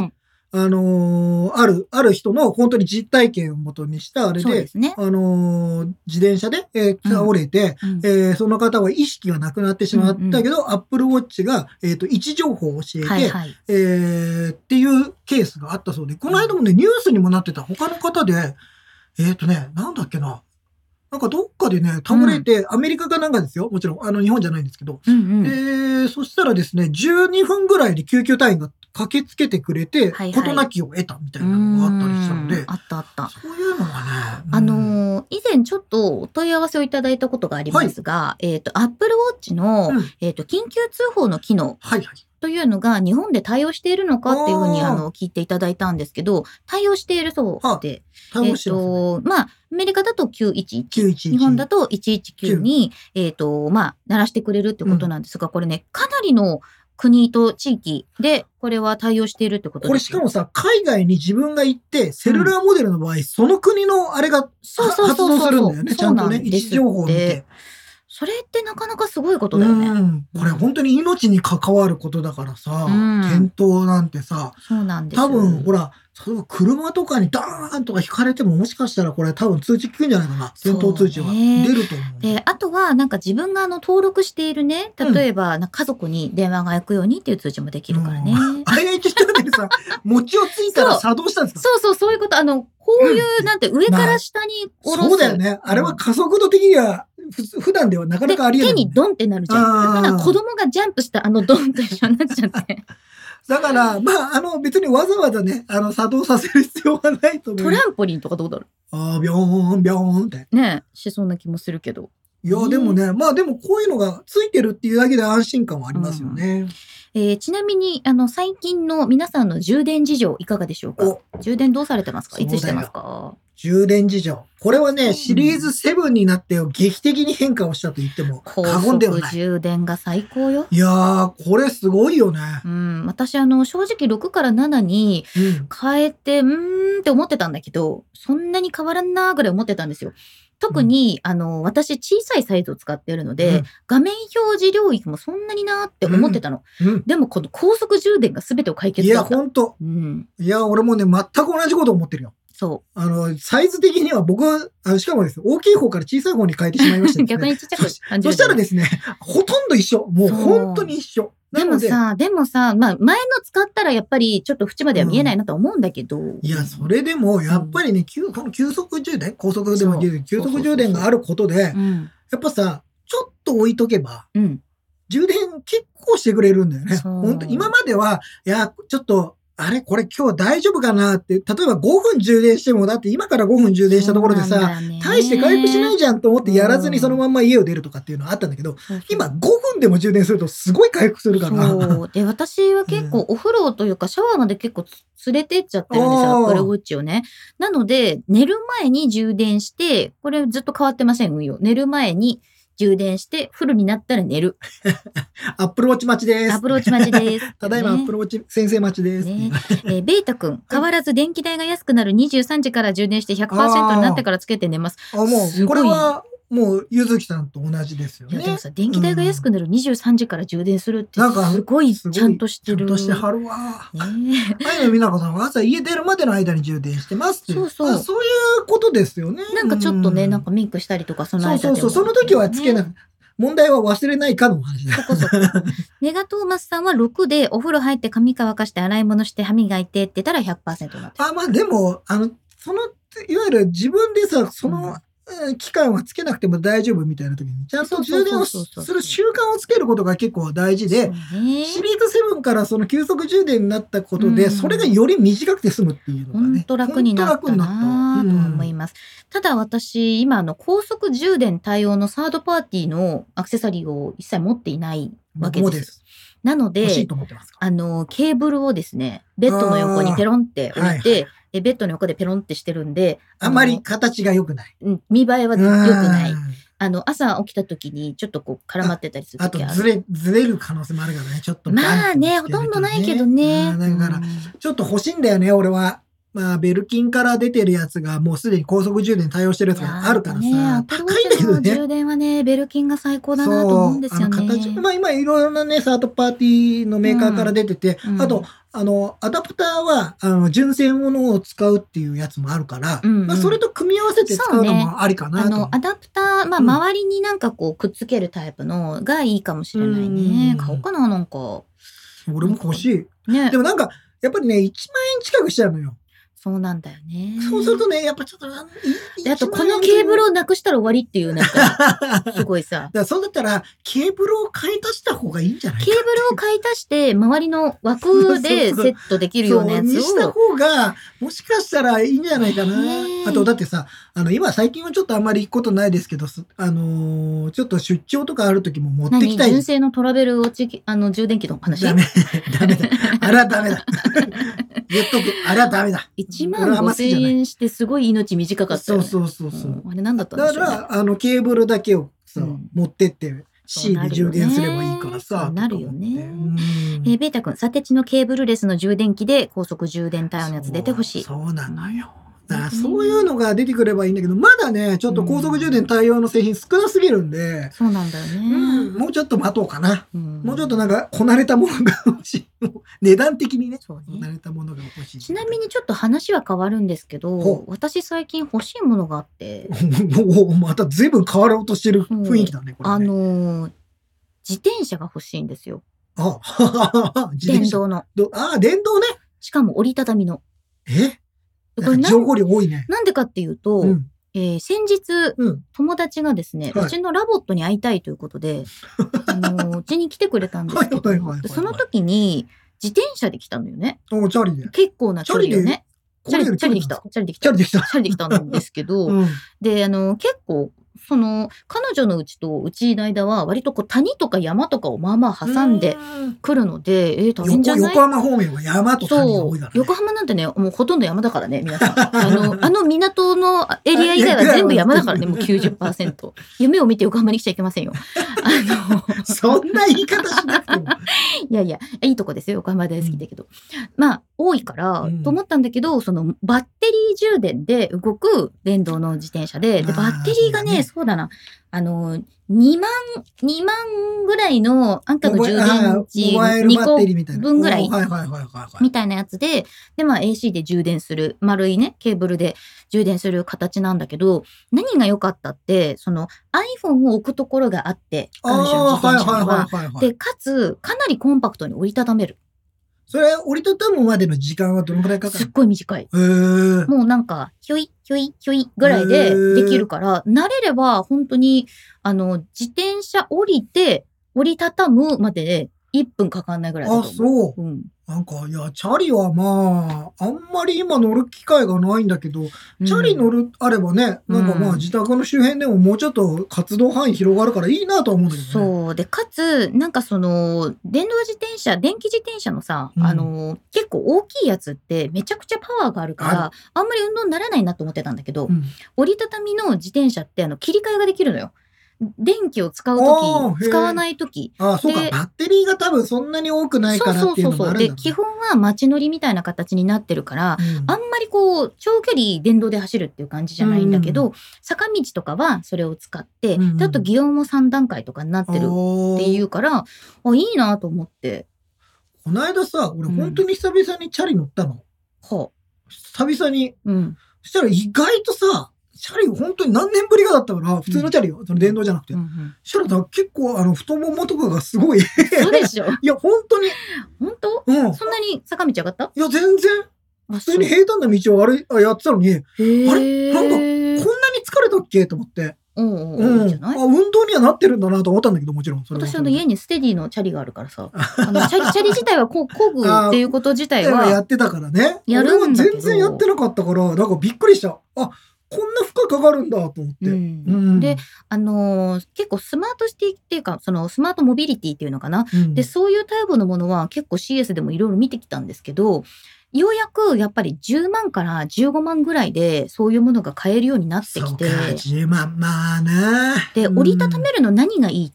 ある人の本当に実体験をもとにしたあれで、 ね、 自転車で、倒れて、その方は意識がなくなってしまったけど、Apple Watch が、位置情報を教えて、っていうケースがあったそうで、この間もね、ニュースにもなってた他の方で、なんだっけな。なんかどっかでね、倒れて、アメリカかなんかですよ。もちろん、日本じゃないんですけど。そしたらですね、12分ぐらいで救急隊員が駆けつけてくれて、事なきを得たみたいなのがあったりしたので。 あったあった。 そういうのがね。以前ちょっとお問い合わせをいただいたことがありますが、Apple Watch の、緊急通報の機能。というのが日本で対応しているのかっていうふうに聞いていただいたんですけど、対応しているそうで、アメリカだと911、日本だと119に、鳴らしてくれるってことなんですが、これね、かなりの国と地域で、これは対応しているってことです。 これしかもさ、海外に自分が行って、セルラーモデルの場合、その国のあれが発動するんだよね、ちゃんとね、位置情報を見て。 それってなかなかすごいことだよね。 これ本当に命に関わることだからさ、転倒なんてさ、 そうなんです。 多分ほら、車とかにダーンとか引かれてももしかしたらこれ多分通知聞くんじゃないかな。転倒通知が出ると思う。 で、あとはなんか自分が登録しているね、例えば家族に電話が行くようにっていう通知もできるからね。 IH チャンネルさ、餅をついたら作動したんですか？ そういうこと。こういうなんて上から下に下ろす。 そうだよね。あれは加速度的には普段ではなかなかありえない。 手にドンってなるじゃん。だから子供がジャンプしたドンと一緒になっちゃって。 だから、別にわざわざね、作動させる必要はないと思う。 トランポリンとかどうだろう？ ビョーン、ビョーンって。 ねしそうな気もするけど。 いや、でもね、でもこういうのがついてるっていうだけで安心感はありますよね。 ちなみに、最近の皆さんの充電事情いかがでしょうか？充電どうされてますか？いつしてますか？ 充電事情。これはね、シリーズ7になって劇的に変化をしたと言っても過言ではない。 高速充電が最高よ。 いやー、これすごいよね。 私正直6から7に変えて、って思ってたんだけど、そんなに変わらんなーぐらい思ってたんですよ。特に、私小さいサイズを使っているので、画面表示領域もそんなになーって思ってたの。でも、この高速充電が全てを解決だった。 いや、ほんと。いや、俺もね、全く同じこと思ってるよ。 そう。 サイズ的には僕、しかもですね、大きい方から小さい方に変えてしまいました、ね。 逆にちっちゃく感じる。 そしたらですね、ほとんど一緒。もう本当に一緒。 でもさ、前の使ったらやっぱりちょっと縁までは見えないなと思うんだけど。 いや、それでも、やっぱりね、この急速充電、高速でも急速充電があることで、やっぱさ、ちょっと置いとけば、充電結構してくれるんだよね。本当今までは、いや、ちょっと、これ今日大丈夫かなって、例えば5分充電しても、だって今から5分充電したところでさ、大して回復しないじゃんと思ってやらずにそのまんま家を出るとかっていうのはあったんだけど、今5分でも充電するとすごい回復するから。 そう。で、私は結構お風呂というかシャワーまで結構連れてっちゃってるんですよ、Apple Watchをね。なので、寝る前に充電して、これずっと変わってません、運用。寝る前に充電して、フルになったら寝る。 アップルウォッチ待ちです。 アップルウォッチ待ちです。 ただいまアップルウォッチ先生待ちです。 ベータ君、変わらず電気代が安くなる23時から充電して 100% になってからつけて寝ます。 もう、これは、もう、ゆずきさんと同じですよね。 いや、でもさ、電気代が安くなる23時から充電するって、すごいちゃんとしてる。 ちゃんとしてはるわ。はい、みなこさんは朝家出るまでの間に充電してますって。そういうことですよね。 なんかちょっとね、なんかミンクしたりとか、その間で。 そう、その時はつけなくて。問題は忘れないかの話だ。 そこ。ネガトーマスさんは6でお風呂入って髪乾かして洗い物して歯磨いてって言ったら 100% になってる。 でも、いわゆる自分でさ、期間はつけなくても大丈夫みたいな時に、ちゃんと充電をする習慣をつけることが結構大事で、シリーズ7からその急速充電になったことで、それがより短くて済むっていうのがね。 本当楽になったなと思います。ただ私、今高速充電対応のサードパーティーのアクセサリーを一切持っていないわけです。なので、ケーブルをですね、ベッドの横にペロンって置いて、ベッドの横でペロンってしてるんで。 あまり形が良くない。 見栄えは良くない。朝起きた時にちょっとこう絡まってたりする時ある。ずれる可能性もあるからね、ちょっと。 まあね、ほとんどないけどね。 だから、ちょっと欲しいんだよね、俺は。ベルキンから出てるやつがもうすでに高速充電対応してるやつがあるからさ、高いんだけどね。 充電はね、ベルキンが最高だなと思うんですよね。 今いろいろなね、サードパーティーのメーカーから出てて、あと、 アダプターは、純正ものを使うっていうやつもあるから、それと組み合わせて使うのもありかなと。 アダプター、周りになんかこう、くっつけるタイプのがいいかもしれないね。買おうかな、なんか。 俺も欲しい。ね。でもなんか、やっぱりね、1万円近くしちゃうのよ。 そうなんだよね。 そうするとね、やっぱちょっと、 あと、このケーブルをなくしたら終わりっていう、なんか、すごいさ。 そうだったら、ケーブルを買い足した方がいいんじゃないか。 ケーブルを買い足して、周りの枠でセットできるようなやつを。 にした方が、もしかしたらいいんじゃないかな。あと、だってさ、今最近はちょっとあんまり行くことないですけど、ちょっと出張とかある時も持ってきたい。 純正のトラベル充電器の話。 ダメだ。あらダメだ。言っとく。あらダメだ。 1万5000円してすごい命短かったよね。 そう。 あれ何だったんでしょうね。 だから、ケーブルだけをさ、持ってって、C で充電すればいいからさ。 なるよね。ベータ君、サテチのケーブルレスの充電器で高速充電対応のやつ出てほしい。 そうなのよ。そういうのが出てくればいいんだけど、まだね、ちょっと高速充電対応の製品少なすぎるんで。 そうなんだよね。 もうちょっと待とうかな。もうちょっとなんか、こなれたものが欲しい。値段的にね。こなれたものが欲しい。 ちなみにちょっと話は変わるんですけど、私最近欲しいものがあって。 また随分変わろうとしてる雰囲気だね、これね。 自転車が欲しいんですよ。 電動の。電動ね。 しかも折りたたみの。 情報量多いね。 なんでかっていうと、先日、友達がですね、うちのラボットに会いたいということで、うちに来てくれたんですけど、その時に自転車で来たのよね。 チャリで。 結構な距離よね。チャリで来た。チャリで来たんですけど、で、結構、彼女のうちとうちの間は割とこう谷とか山とかをまあまあ挟んでくるので、大変じゃない？ 横浜方面は山と谷が多いからね。 横浜なんてね、もうほとんど山だからね、皆さん。港のエリア以外は全部山だからね、もう 90%。夢を見て横浜に来ちゃいけませんよ。 そんな言い方しなくても。 いやいや、いいとこですよ、横浜大好きだけど。多いから、と思ったんだけど、バッテリー充電で動く電動の自転車で、バッテリーがね、そうだな、2万ぐらいの安価の充電池2個分ぐらいみたいなやつで、AC で充電する、丸いね、ケーブルで充電する形なんだけど、何が良かったって、iPhone を置くところがあって、彼女の自転車には。で、かつ、かなりコンパクトに折りたためる。 それ、折りたたむまでの時間はどのくらいかかる？ すっごい短い。もうなんか、ひょいぐらいでできるから、慣れれば本当に、自転車降りて、折りたたむまでで1分かかんないぐらいだと思う。 そう。なんか、いや、チャリはあんまり今乗る機会がないんだけど、チャリあればね、なんか自宅の周辺でももうちょっと活動範囲広がるからいいなとは思うんだけどね。 そう。で、かつ、なんか電動自転車、電気自転車のさ、結構大きいやつってめちゃくちゃパワーがあるから、あんまり運動にならないなと思ってたんだけど、折りたたみの自転車って切り替えができるのよ。電気を使うとき、使わないとき。 そうか、バッテリーが多分そんなに多くないからっていうのもあるんだろうね。 で、基本は街乗りみたいな形になってるから、あんまり長距離電動で走るっていう感じじゃないんだけど、坂道とかはそれを使って、あと擬音も3段階とかになってるっていうから、いいなと思って。 この間さ、俺本当に久々にチャリ乗ったの。久々に。そしたら意外とさ、チャリ本当に何年ぶりかだったから、普通のチャリよ。電動じゃなくて。そしたら結構太ももとかがすごい。 そうでしょ？ いや、本当に。 本当？そんなに坂道上がった？ いや、全然。普通に平坦な道をやってたのに、あれなんか、こんなに疲れたっけと思って。運動にはなってるんだなと思ったんだけど、もちろん。 私家にステディのチャリがあるからさ、チャリ自体はこぐっていうこと自体は。 やってたからね。 やるんだけど。 全然やってなかったから、なんかびっくりした。こんな負荷かかるんだと思って。 で、結構スマートシティっていうか、スマートモビリティっていうのかな。で、そういうタイプのものは結構 CS でもいろいろ見てきたんですけど、ようやくやっぱり10万から15万ぐらいでそういうものが買えるようになってきて。 10万、まあな。 で、折りたためるの何がいいって、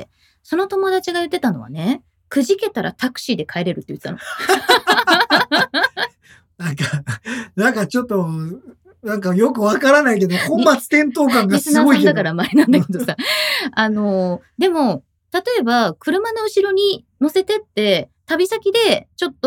その友達が言ってたのはね、くじけたらタクシーで帰れるって言ってたの。 なんかちょっと、なんかよくわからないけど、本末転倒感がすごいけど。 リスナーさんだから前なんだけどさ。でも、例えば、車の後ろに乗せてって、旅先でちょっと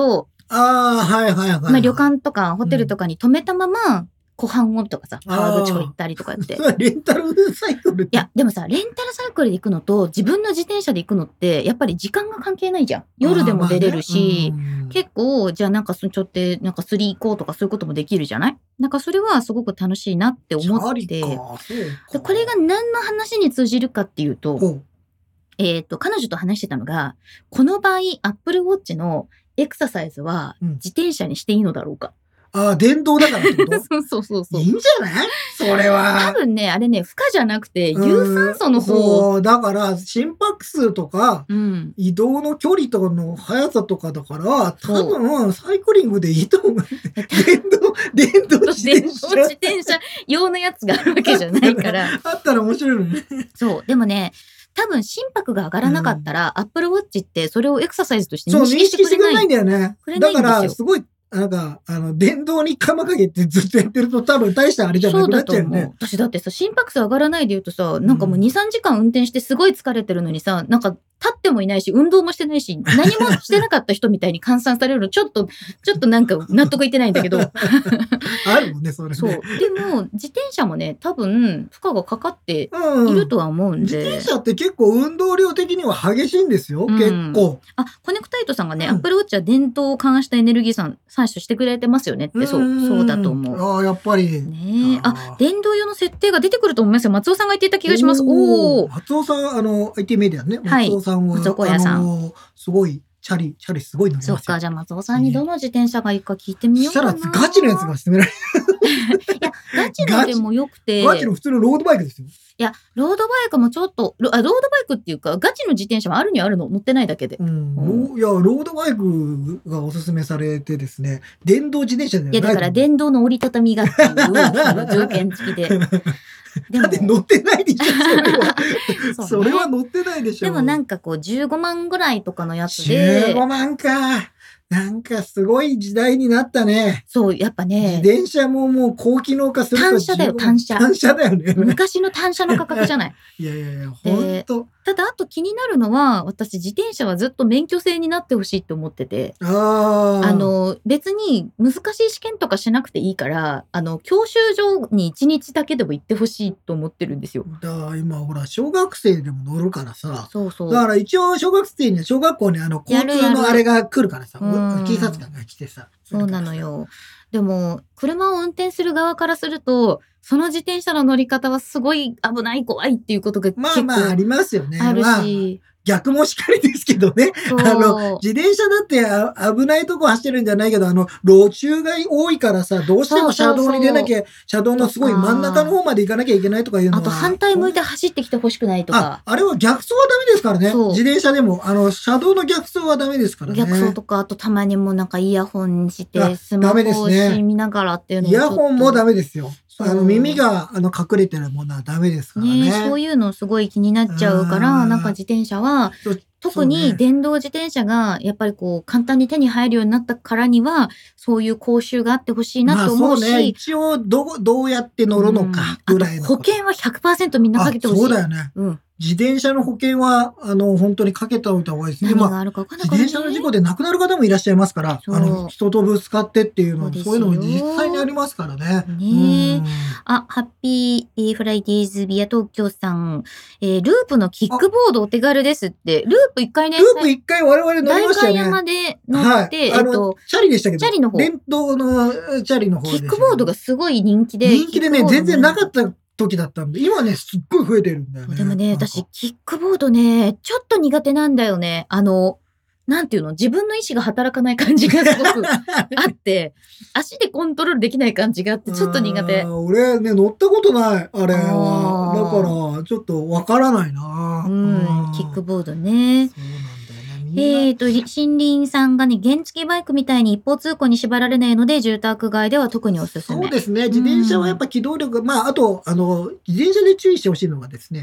はいはいはい。 旅館とかホテルとかに泊めたまま、湖畔をとかさ、川口湖行ったりとかって。 レンタルサイクルって。 いや、でもさ、レンタルサイクルで行くのと、自分の自転車で行くのって、やっぱり時間が関係ないじゃん。夜でも出れるし、結構、じゃあなんかちょっと、なんか釣り行こうとかそういうこともできるじゃない？なんかそれはすごく楽しいなって思って、これが何の話に通じるかっていうと、彼女と話してたのが、この場合、Apple Watch のエクササイズは自転車にしていいのだろうか。 電動だからってことそう。 いいんじゃない？それは。 多分ね、あれね、負荷じゃなくて、有酸素の方。 そう、だから、心拍数とか、移動の距離とかの速さとかだから、多分、サイクリングでいいと思う。電動自転車用のやつがあるわけじゃないから。 あったら面白いのね。 そう、でもね、多分心拍が上がらなかったら、Apple Watch ってそれをエクササイズとして認識してくれないんだよね。だから、 すごい、なんか、電動に鎌かけてずっとやってると多分大したあれじゃなくなっちゃうよね。 私だってさ、心拍数上がらないで言うとさ、なんかもう2、3時間運転してすごい疲れてるのにさ、なんか立ってもいないし、運動もしてないし、何もしてなかった人みたいに換算されるの、ちょっとなんか納得いってないんだけど。 あるもんね、それね。 そう。でも、自転車もね、多分、負荷がかかっているとは思うんで。 自転車って結構運動量的には激しいんですよ、結構。 コネクタイトさんがね、Apple Watch は電動を緩和したエネルギー採取してくれてますよねって、そうだと思う。 やっぱり。 ね電動用の設定が出てくると思いますよ。松尾さんが言っていた気がします。 松尾さん、IT メディアね。松尾さんは、 松尾小屋さん。 すごい、チャリすごい乗りますよ。 そっか、じゃあ松尾さんにどの自転車がいいか聞いてみようかな。 そしたらガチのやつが勧められる。 いや、ガチのでもよくて。 ガチの普通のロードバイクですよ。 いや、ロードバイクもちょっと、ロードバイクっていうか、ガチの自転車もあるにはあるの、乗ってないだけで。 いや、ロードバイクがおすすめされてですね、電動自転車ではない。 いや、だから電動の折りたたみがっていう条件付きで。 だって乗ってないでしょ、それは乗ってないでしょ。 でもなんかこう、15万ぐらいとかのやつで。 15万か。なんかすごい時代になったね。 そう、やっぱね。 自転車ももう高機能化すると単車だよ、単車。 単車だよね。 昔の単車の価格じゃない。 いや、ほんと。 ただ、あと気になるのは、私、自転車はずっと免許制になってほしいって思ってて。別に難しい試験とかしなくていいから、教習所に1日だけでも行ってほしいと思ってるんですよ。 だから今、ほら、小学生でも乗るからさ。 そう。 だから一応、小学校に交通のあれが来るからさ。警察官が来てさ。 そうなのよ。でも、車を運転する側からすると、その自転車の乗り方はすごい危ない、怖いっていうことが結構ありますよね。 あるし。 逆もしかりですけどね。自転車だって危ないとこ走るんじゃないけど、路中が多いからさ、どうしても車道に出なきゃ、車道のすごい真ん中の方まで行かなきゃいけないとかいうのは。 あと反対向いて走ってきてほしくないとか。 あれは逆走はダメですからね。自転車でも、車道の逆走はダメですからね。 逆走とか、あとたまにもなんかイヤホンにして、スマホを見ながらっていうのもイヤホンもダメですよ。耳が隠れてるものはダメですからね。 そういうのすごい気になっちゃうから、なんか自転車は、特に電動自転車がやっぱりこう簡単に手に入るようになったからには、そういう講習があってほしいなと思うし。 一応どうやって乗るのかぐらいの。 保険は 100% みんなかけてほしい。 そうだよね。自転車の保険は、本当にかけておいた方がいいですね。 何があるか分かんないからね。 自転車の事故で亡くなる方もいらっしゃいますから、人とぶつかってっていうの、そういうのも実際にありますからね。 ハッピーフライディーズビア東京さん、ループのキックボードお手軽ですって。ループ1回ね。 ループ1回我々乗りましたよね。 代官山で乗って、 チャリでしたけど。 チャリの方。 電動のチャリの方で。 キックボードがすごい人気で。 人気でね、全然なかった時だったんで、今ね、すっごい増えてるんだよね。 でもね、私、キックボードね、ちょっと苦手なんだよね。なんていうの、自分の意志が働かない感じがすごくあって、足でコントロールできない感じがあって、ちょっと苦手。 俺ね、乗ったことない、あれは。だから、ちょっとわからないな。 キックボードね。 そうなんだよね。 森林さんがね、原付バイクみたいに一方通行に縛られないので、住宅街では特におすすめ。 そうですね。自転車はやっぱ機動力、あと、自転車で注意してほしいのがですね、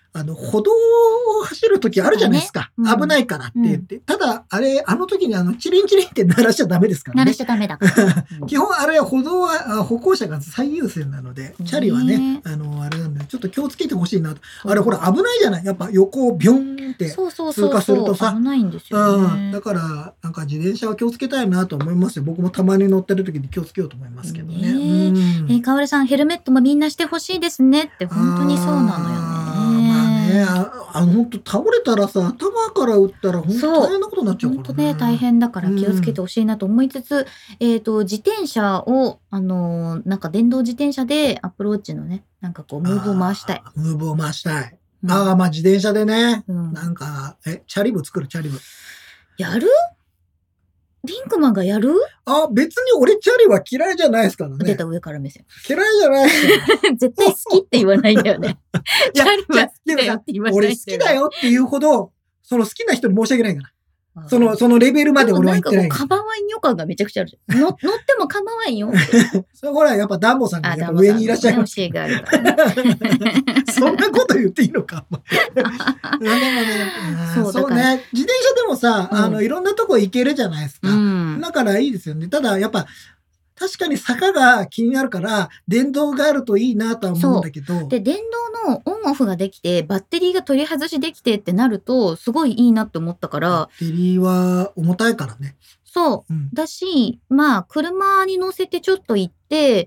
歩道を走るときあるじゃないですか。 ね、 危ないからって言って。ただ、あの時にチリンチリンって鳴らしちゃダメですからね。 鳴らしちゃダメだから。 基本あれは歩行者が最優先なので、チャリはね、あれなんで、ちょっと気をつけてほしいなと。あれほら危ないじゃない。やっぱ横をビョンって通過するとさ。 危ないんですよね。 だから、なんか自転車は気をつけたいなと思いますよ。僕もたまに乗ってる時に気をつけようと思いますけどね。 かおりさん、ヘルメットもみんなしてほしいですねって、本当にそうなのよね。 本当倒れたらさ、頭から打ったら本当大変なことになっちゃうからね。 本当ね、大変だから気をつけてほしいなと思いつつ、自転車を、なんか電動自転車でアプローチのね、なんかこう、ムーブを回したい。 ムーブを回したい。まあ自転車でね、なんか、チャリ部作る、チャリ部。 やる？リンクマンがやる？ 別に俺チャリは嫌いじゃないですからね。 出た上から目線。 嫌いじゃないですから。 絶対好きって言わないんだよね。チャリは好きだよって言わない。 俺好きだよっていうほど、その好きな人に申し訳ないから。そのレベルまで俺は言ってない。 なんか構わんよ感がめちゃくちゃあるじゃん。乗っても構わんよ。 それほら、やっぱダンボさんが上にいらっしゃいます。 教えがあるからね。 そんなこと言っていいのか。そうね。自転車でもさ、いろんなとこ行けるじゃないですか。だからいいですよね。ただ、やっぱ、確かに坂が気になるから、電動があるといいなとは思うんだけど。 で、電動のオンオフができて、バッテリーが取り外しできてってなると、すごいいいなって思ったから。 バッテリーは重たいからね。 そう。だし、車に乗せてちょっと行って、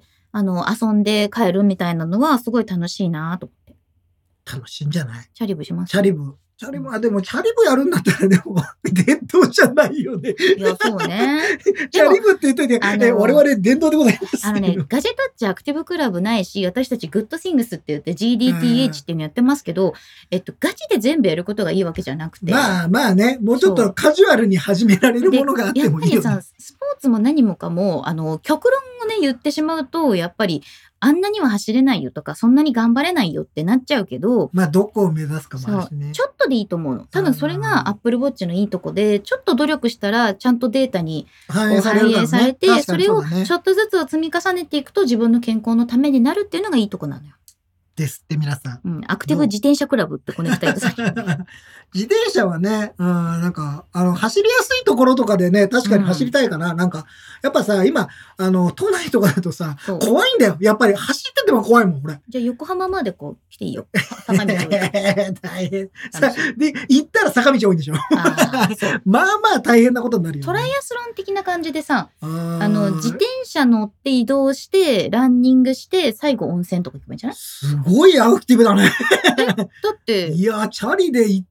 遊んで帰るみたいなのは、すごい楽しいなと思って。 楽しいんじゃない？ チャリブします？ チャリブ。でも、チャリブやるんだったら、でも、電動じゃないよね。 いや、そうね。 チャリブって言っといて、我々電動でございます。 ガジェタッチアクティブクラブないし、私たちグッドシングスって言って GDTH っていうのやってますけど、ガチで全部やることがいいわけじゃなくて。 まあね、もうちょっとカジュアルに始められるものがあってもいいよね。 やっぱりさ、スポーツも何もかも、極論をね、言ってしまうと、やっぱり、あんなには走れないよとか、そんなに頑張れないよってなっちゃうけど。 どこを目指すかもあるしね。 ちょっとでいいと思うの。多分それが Apple Watch のいいとこで、ちょっと努力したら、ちゃんとデータに反映されて、それをちょっとずつ積み重ねていくと自分の健康のためになるっていうのがいいとこなのよ。 ですって皆さん。 アクティブ自転車クラブってコネクタイトさ自転車はね、なんか、走りやすいところとかでね、確かに走りたいかな。なんか、やっぱさ、今、都内とかだとさ、怖いんだよ。やっぱり走ってても怖いもん、俺。 じゃあ横浜までこう来ていいよ。坂道大変。で、行ったら坂道多いんでしょ。まあ大変なことになるよ、ね。 トライアスロン的な感じでさ、自転車乗って移動して、ランニングして、最後温泉とか行けばいいんじゃない？ すごいアクティブだね。 だって。 いや、チャリで行って、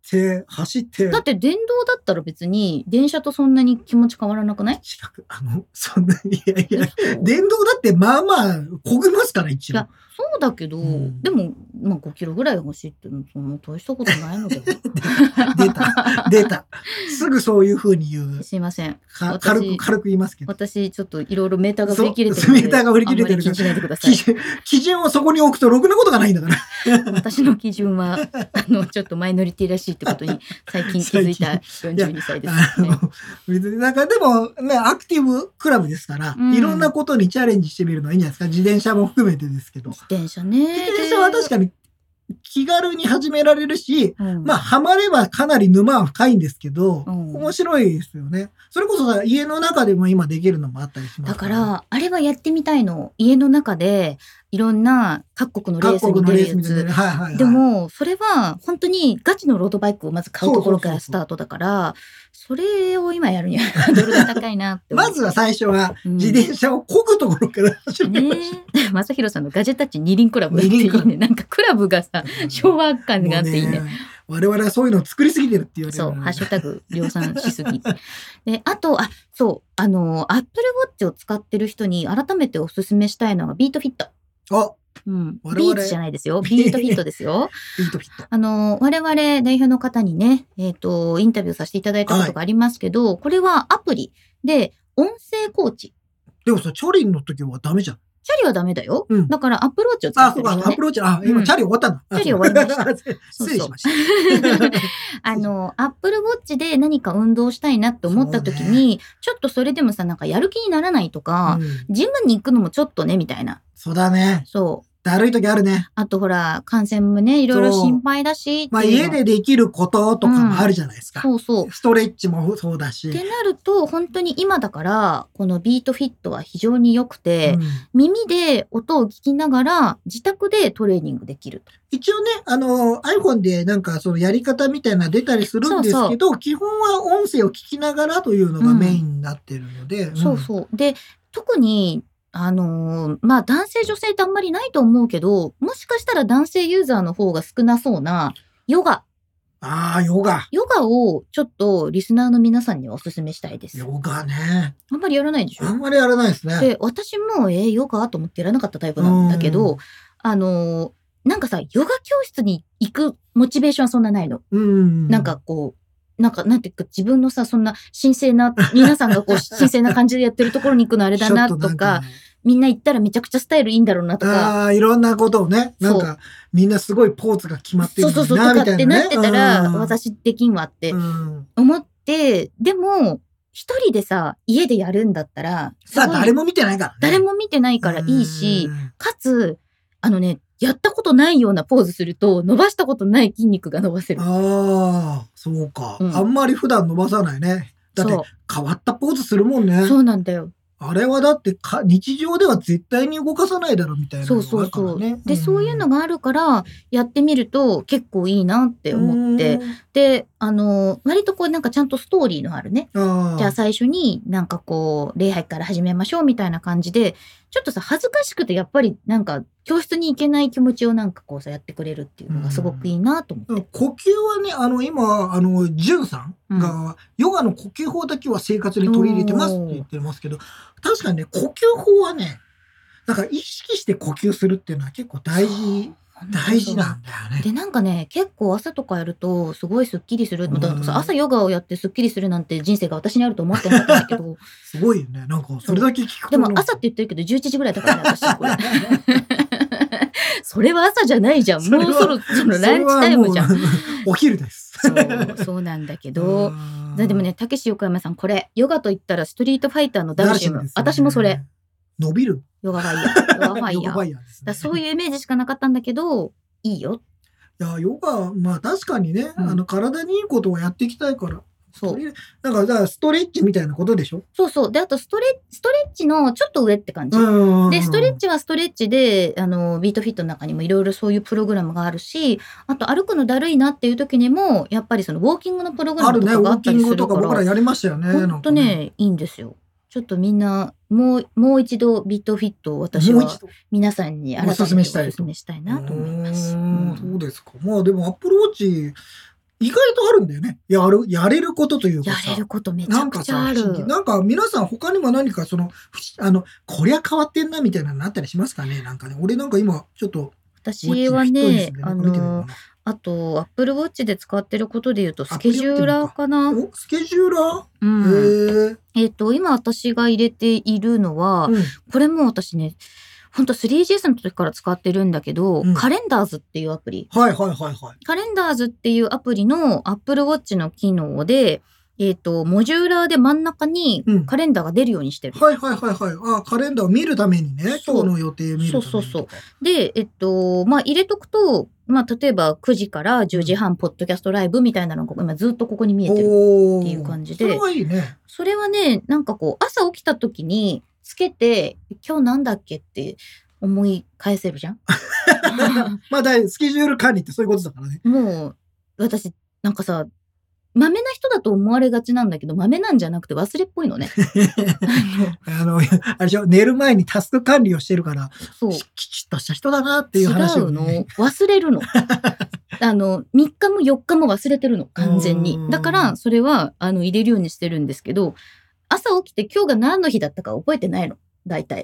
走って。 だって電動だったら別に、電車とそんなに気持ち変わらなくない？ そんな、いや、電動だってまあ漕ぎますから、一応。 いや、そうだけど、でも、5キロぐらい走っても、そんな大したことないので。 出た。すぐそういう風に言う。 すいません。 軽く言いますけど。 私、ちょっといろいろメーターが振り切れてるので。 メーターが振り切れてるから。 気にしないでください。 基準をそこに置くとろくなことがないんだから。 私の基準は、ちょっとマイノリティらしいってことに最近気づいた42歳ですね。 別になんかでもね、アクティブクラブですから、いろんなことにチャレンジしてみるのはいいんじゃないですか。自転車も含めてですけど。 自転車ね。 自転車は確かに気軽に始められるし、ハマればかなり沼は深いんですけど、面白いですよね。それこそさ、家の中でも今できるのもあったりします、 だから、あれはやってみたいの。家の中で、いろんな各国のレースに出るやつ。でも、それは本当にガチのロードバイクをまず買うところからスタートだから、それを今やるにはハードルが高いなって思う。 まずは最初は自転車を漕ぐところから始めましょう。 まさひろさんのガジェタッチ二輪クラブっていいね。なんかクラブがさ、昭和感があっていいね。 我々はそういうのを作りすぎてるって言われる。 そう、ハッシュタグ量産しすぎ。で、あと、そう、Apple Watch を使ってる人に改めておすすめしたいのがビートフィット。ビーツじゃないですよ。ビートフィットですよ。 ビートフィット。 我々代表の方にね、インタビューさせていただいたことがありますけど、これはアプリで音声コーチ。 でもさ、チャリの時はダメじゃん。 チャリはダメだよ。だからアップローチを使ってる人ね。 そうか、アップローチ。今チャリ終わったんだ。 チャリ終わりました。 失礼しました。 アップルウォッチで何か運動したいなって思った時に、ちょっとそれでもさ、なんかやる気にならないとか、ジムに行くのもちょっとね、みたいな。 そうだね。 そう。 だるい時あるね。 あとほら、感染もね、いろいろ心配だし。 まあ家でできることとかもあるじゃないですか。 そうそう。 ストレッチもそうだし。 ってなると、本当に今だから、このビートフィットは非常に良くて、耳で音を聞きながら、自宅でトレーニングできる。 一応ね、iPhone でなんかそのやり方みたいな出たりするんですけど、基本は音声を聞きながらというのがメインになってるので。 そうそう。で、特に、まあ、男性女性ってあんまりないと思うけど、もしかしたら男性ユーザーの方が少なそうな、ヨガ。 ああ、ヨガ。 ヨガをちょっとリスナーの皆さんにはお勧めしたいです。 ヨガね。 あんまりやらないでしょ？ あんまりやらないですね。 で、私も、ヨガと思ってやらなかったタイプなんだけど、なんかさ、ヨガ教室に行くモチベーションはそんなないの。なんかこう、なんていうか自分のさ、そんな神聖な、皆さんがこう神聖な感じでやってるところに行くのあれだなとか、みんな行ったらめちゃくちゃスタイルいいんだろうなとか。 ああ、いろんなことをね。なんか、みんなすごいポーズが決まってるんだな、みたいな、ね。 そうとかってなってたら、私できんわって思って、でも、一人でさ、家でやるんだったら。 さあ、誰も見てないからね。 誰も見てないからいいし、かつ、やったことないようなポーズすると、伸ばしたことない筋肉が伸ばせる。 ああ、そうか、あんまり普段伸ばさないね。だって変わったポーズするもんね。 そうなんだよ。 あれはだって日常では絶対に動かさないだろうみたいなのがあるからね。 で、そういうのがあるから、やってみると結構いいなって思って。で、割とこうなんかちゃんとストーリーのあるね。じゃあ最初になんかこう、礼拝から始めましょうみたいな感じで、ちょっとさ、恥ずかしくてやっぱりなんか、教室に行けない気持ちをなんかこうさ、やってくれるっていうのがすごくいいなと思って。 呼吸はね、今、ジュンさんが、ヨガの呼吸法だけは生活に取り入れてますって言ってますけど、確かにね、呼吸法はね、なんか意識して呼吸するっていうのは結構大事なんだよね。 で、なんかね、結構朝とかやると、すごいスッキリする。朝ヨガをやってスッキリするなんて人生が私にあると思ってなかったんだけど。 すごいよね。なんか、それだけ聞くと。 でも朝って言ってるけど、11時ぐらいだからね、私、これ。それは朝じゃないじゃん。もうそろそろランチタイムじゃん。 お昼です。 そうなんだけど。でもね、たけし横山さん、これ、ヨガと言ったらストリートファイターのダルシム。私もそれ。 伸びるヨガファイヤー。ヨガファイヤー。そういうイメージしかなかったんだけど、いいよ。 いや、ヨガ、まあ確かにね、体にいいことをやっていきたいから。そう。なんか、だからストレッチみたいなことでしょ？ そうそう。で、あとストレッチのちょっと上って感じ。で、ストレッチはストレッチで、ビートフィットの中にもいろいろそういうプログラムがあるし、あと歩くのだるいなっていう時にも、やっぱりそのウォーキングのプログラムとかがあったりするから。あるね、ウォーキングとか僕らやりましたよね。ほんとね、いいんですよ。ちょっとみんな、もう一度ビートフィットを私は皆さんに改めてお勧めしたいなと思います。 そうですか。まあでもアップルウォッチ、意外とあるんだよね。やれることというかさ。 やれることめちゃくちゃある。 なんか皆さん他にも何かこりゃ変わってんなみたいなのあったりしますかね？なんかね。俺なんか今ちょっと。 私はね、あと、アップルウォッチで使ってることで言うと、スケジューラーかな。 スケジューラー？ 今私が入れているのは、これも私ね、ほんと 3GS の時から使ってるんだけど、カレンダーズっていうアプリ。カレンダーズっていうアプリの Apple Watch の機能で、モジュラーで真ん中にカレンダーが出るようにしてる。 カレンダーを見るためにね、今日の予定見るために。 そう。で、まあ入れとくと、まあ例えば9時から10時半ポッドキャストライブみたいなのが今ずっとここに見えてるっていう感じで。 それはいいね。 それはね、なんかこう朝起きた時につけて、今日なんだっけって思い返せるじゃん。 まあスケジュール管理ってそういうことだからね。 もう、私、なんかさ、豆な人だと思われがちなんだけど、豆なんじゃなくて忘れっぽいのね。 あれでしょ、寝る前にタスク管理をしてるから、きちっとした人だなっていう話を、ね。 違うの。忘れるの。3日も4日も忘れてるの、完全に。だから、それは、入れるようにしてるんですけど、朝起きて今日が何の日だったか覚えてないの。大体。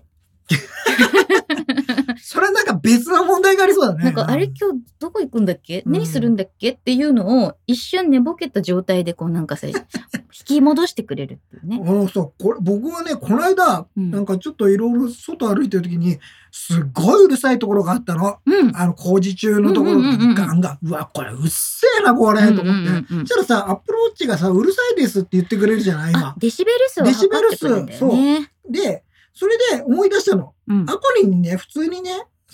それはなんか別の問題がありそうだね。 なんか、あれ今日どこ行くんだっけ？何するんだっけっていうのを一瞬寝ぼけた状態でこうなんかさ、引き戻してくれるっていうね。 僕はね、この間、なんかちょっといろいろ外歩いてる時に、すっごいうるさいところがあったの。工事中のところでガンガン、うわ、これうっせえな、これ、と思って。そしたらさ、アップルウォッチがさ、うるさいですって言ってくれるじゃない今。 デシベル数を測ってくれるんだよね。 そう。で、それで思い出したの。アプリにね、普通にね、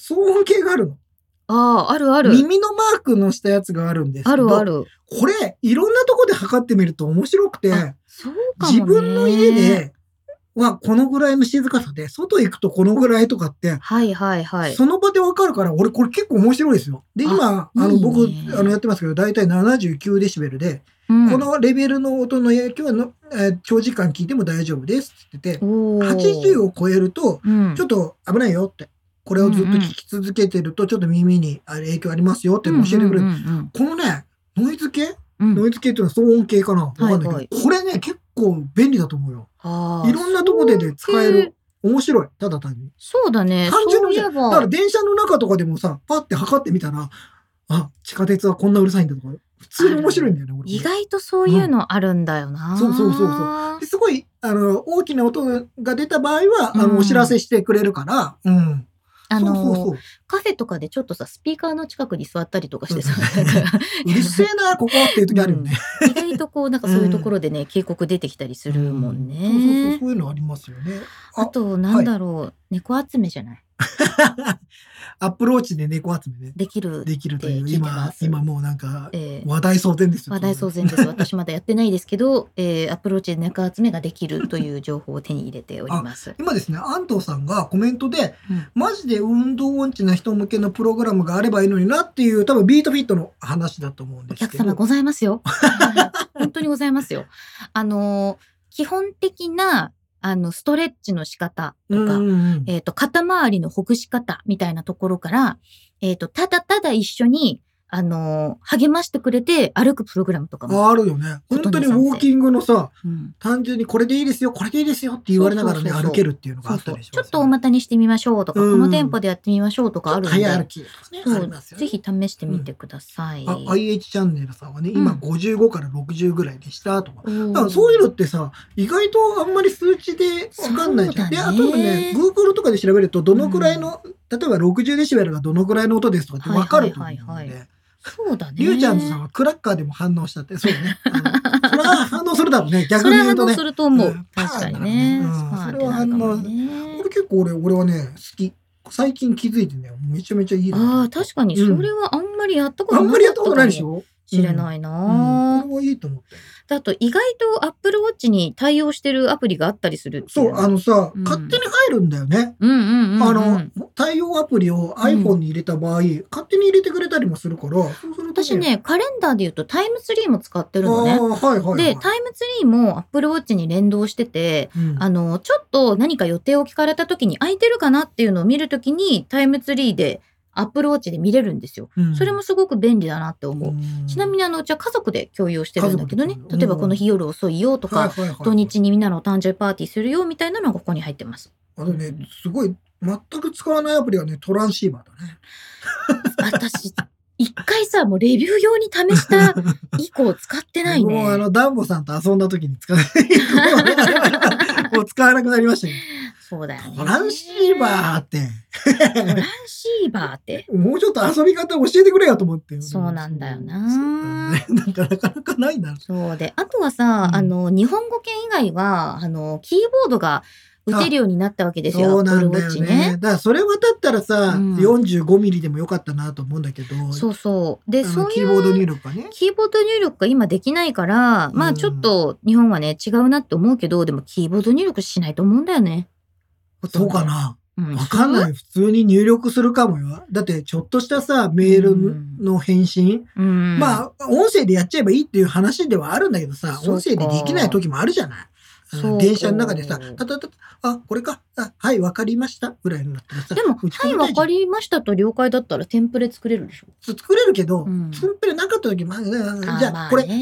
騒音計があるの。 あるある。 耳のマークのしたやつがあるんですけど。 ある。 これ、いろんなとこで測ってみると面白くて、 そうかもね、 自分の家ではこのぐらいの静かさで、外行くとこのぐらいとかって、その場でわかるから、俺これ結構面白いですよ。で、今、僕、やってますけど、だいたい79デシベルで、このレベルの音の影響は長時間聞いても大丈夫ですって言ってて、80を超えると、ちょっと危ないよって。これをずっと聞き続けてると、ちょっと耳に影響ありますよって教えてくれる。このね、ノイズ系っていうのは騒音系かなわかんないけど、これね、結構便利だと思うよ。いろんなとこで使える。面白い。ただ単に。 そうだね。 単純に、だから電車の中とかでもさ、パッて測ってみたら、地下鉄はこんなうるさいんだとか、普通に面白いんだよね、 意外とそういうのあるんだよな。 そう。すごい、大きな音が出た場合は、お知らせしてくれるから、カフェとかでちょっとさ、スピーカーの近くに座ったりとかしてさ、 うるせえな、ここっていう時あるよね。 意外とこう、なんかそういうところでね、警告出てきたりするもんね。 そういうのありますよね。 あと、なんだろう、猫集めじゃない。 アップルウォッチで猫集めね。 できるという、今もうなんか、話題騒然ですよ。 話題騒然です。私まだやってないですけど、アップルウォッチで猫集めができるという情報を手に入れております。 今ですね、安藤さんがコメントで、マジで運動音痴な人向けのプログラムがあればいいのになっていう、多分ビートフィットの話だと思うんですけど。 お客様ございますよ。本当にございますよ。基本的な、ストレッチの仕方とか、肩周りのほぐし方みたいなところから、ただただ一緒に、励ましてくれて歩くプログラムとかも。 あるよね。本当にウォーキングのさ、単純にこれでいいですよ、これでいいですよって言われながらね、歩けるっていうのがあったりします。 ちょっと大股にしてみましょうとか、このテンポでやってみましょうとかあるんで。 早歩きとかね。 ぜひ試してみてください。 IH チャンネルさんはね、今55から60ぐらいでしたとか。そういうのってさ、意外とあんまり数値でわかんないじゃん。で、あとね、Google とかで調べると、どのくらいの、例えば60デシベルがどのくらいの音ですとかってわかると思うんで。 そうだね。 リュウちゃんさんはクラッカーでも反応したって、そうね。それは反応するだろうね。逆に言うとね。 それは反応すると思う。確かにね。 それは反応。これ結構俺はね、好き。最近気づいてね、めちゃめちゃいい。 確かに、それはあんまりやったことない。 あんまりやったことないでしょ？ 知れないな。 これはいいと思って。 あと意外と Apple Watch に対応してるアプリがあったりする。 そう、勝手に入るんだよね。対応アプリを iPhone に入れた場合、勝手に入れてくれたりもするから、 私ね、カレンダーで言うとタイムツリーも使ってるのね。で、タイムツリーも Apple Watch に連動してて、ちょっと何か予定を聞かれた時に空いてるかなっていうのを見るときにタイムツリーでアップルウォッチで見れるんですよ。それもすごく便利だなって思う。ちなみにうちは家族で共有してるんだけどね。例えばこの日夜遅いよとか、土日にみんなの誕生日パーティーするよみたいなのがここに入ってます。 あとね、すごい、全く使わないアプリはね、トランシーバーだね。 私、一回さ、もうレビュー用に試した以降使ってないね。 もうダンボさんと遊んだ時に使わない。もう使わなくなりましたね。 そうだよね。 トランシーバーって。 トランシーバーって。 もうちょっと遊び方教えてくれよと思って。 そうなんだよな。 なんかなかなかないな。 そうで、あとはさ、日本語圏以外は、キーボードが打てるようになったわけですよ。 そうなんだよね。だからそれ渡ったらさ、45ミリでもよかったなと思うんだけど。 そうそう。で、そういうキーボード入力がね。 キーボード入力が今できないから、まあちょっと日本はね、違うなって思うけど、でもキーボード入力しないと思うんだよね。 そうかな。わかんない。普通に入力するかもよ。だって、ちょっとしたさ、メールの返信。まあ、音声でやっちゃえばいいっていう話ではあるんだけどさ、音声でできない時もあるじゃない。電車の中でさ、これか。はい、わかりました。ぐらいになったらさ。 でも、はい、わかりましたと了解だったらテンプレ作れるでしょ？ 作れるけど、テンプレなかった時も、じゃあ、これ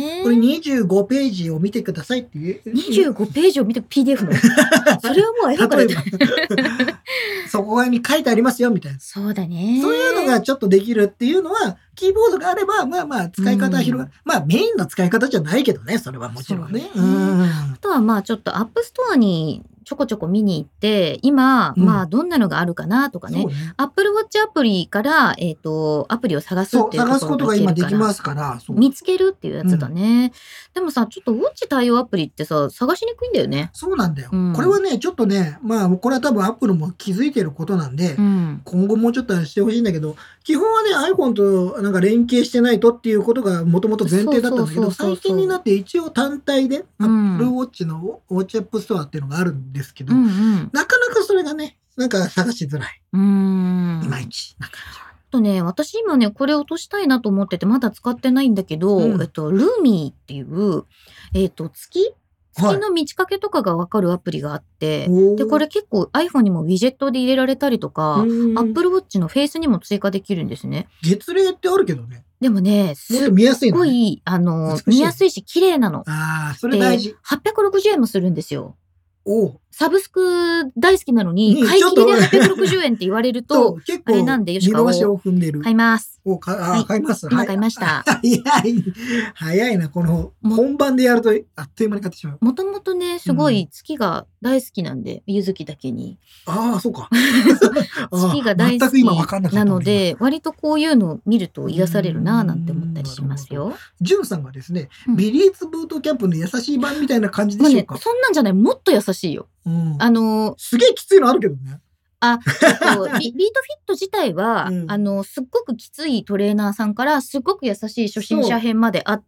25ページを見てくださいっていう。 25ページを見て PDF のそれはもう絵からそこに書いてありますよ、みたいな。 そうだね。 そういうのがちょっとできるっていうのは、キーボードがあれば、まあまあ、使い方は広がる。まあ、メインの使い方じゃないけどね、それはもちろんね。 あとはまあ、ちょっとアップストアにちょこちょこ見に行って、今、まあ、どんなのがあるかなとかね。Apple Watch アプリから、アプリを探すっていう探すことが今できますから。 見つけるっていうやつだね。でもさ、ちょっとウォッチ対応アプリってさ、探しにくいんだよね。 そうなんだよ。これはね、ちょっとね、まあ、これは多分 Apple も気づいてることなんで、今後もうちょっとしてほしいんだけど、基本はね、iPhone となんか連携してないとっていうことがもともと前提だったんだけど、最近になって一応単体で Apple Watch の Watch App Store っていうのがあるんですけど、なかなかそれがね、なんか探しづらい。いまいちな感じ。 私今ね、これ落としたいなと思ってて、まだ使ってないんだけど、ルーミーっていう、月の満ち欠けとかがわかるアプリがあって、で、これ結構 iPhone にもウィジェットで入れられたりとか、Apple Watch のフェイスにも追加できるんですね。 月齢ってあるけどね。 でもね、す見やすいごい、見やすいし、綺麗なの。 それ大事。 860円もするんですよ。 サブスク大好きなのに、買い切りで860円って言われると、あれなんで、よし買います。 買います。 今買いました。 早いな、この、本番でやると、あっという間に買ってしまう。 もともとね、すごい月が大好きなんで、ゆずきだけに。 そうか。 月が大好きなので、割とこういうのを見ると癒されるなぁなんて思ったりしますよ。 ジュンさんがですね、ビリーズブートキャンプの優しい版みたいな感じでしょうか？ そんなんじゃない、もっと優しいよ。 すげえきついのあるけどね。 ビートフィット自体は、すっごくきついトレーナーさんから、すっごく優しい初心者編まであって、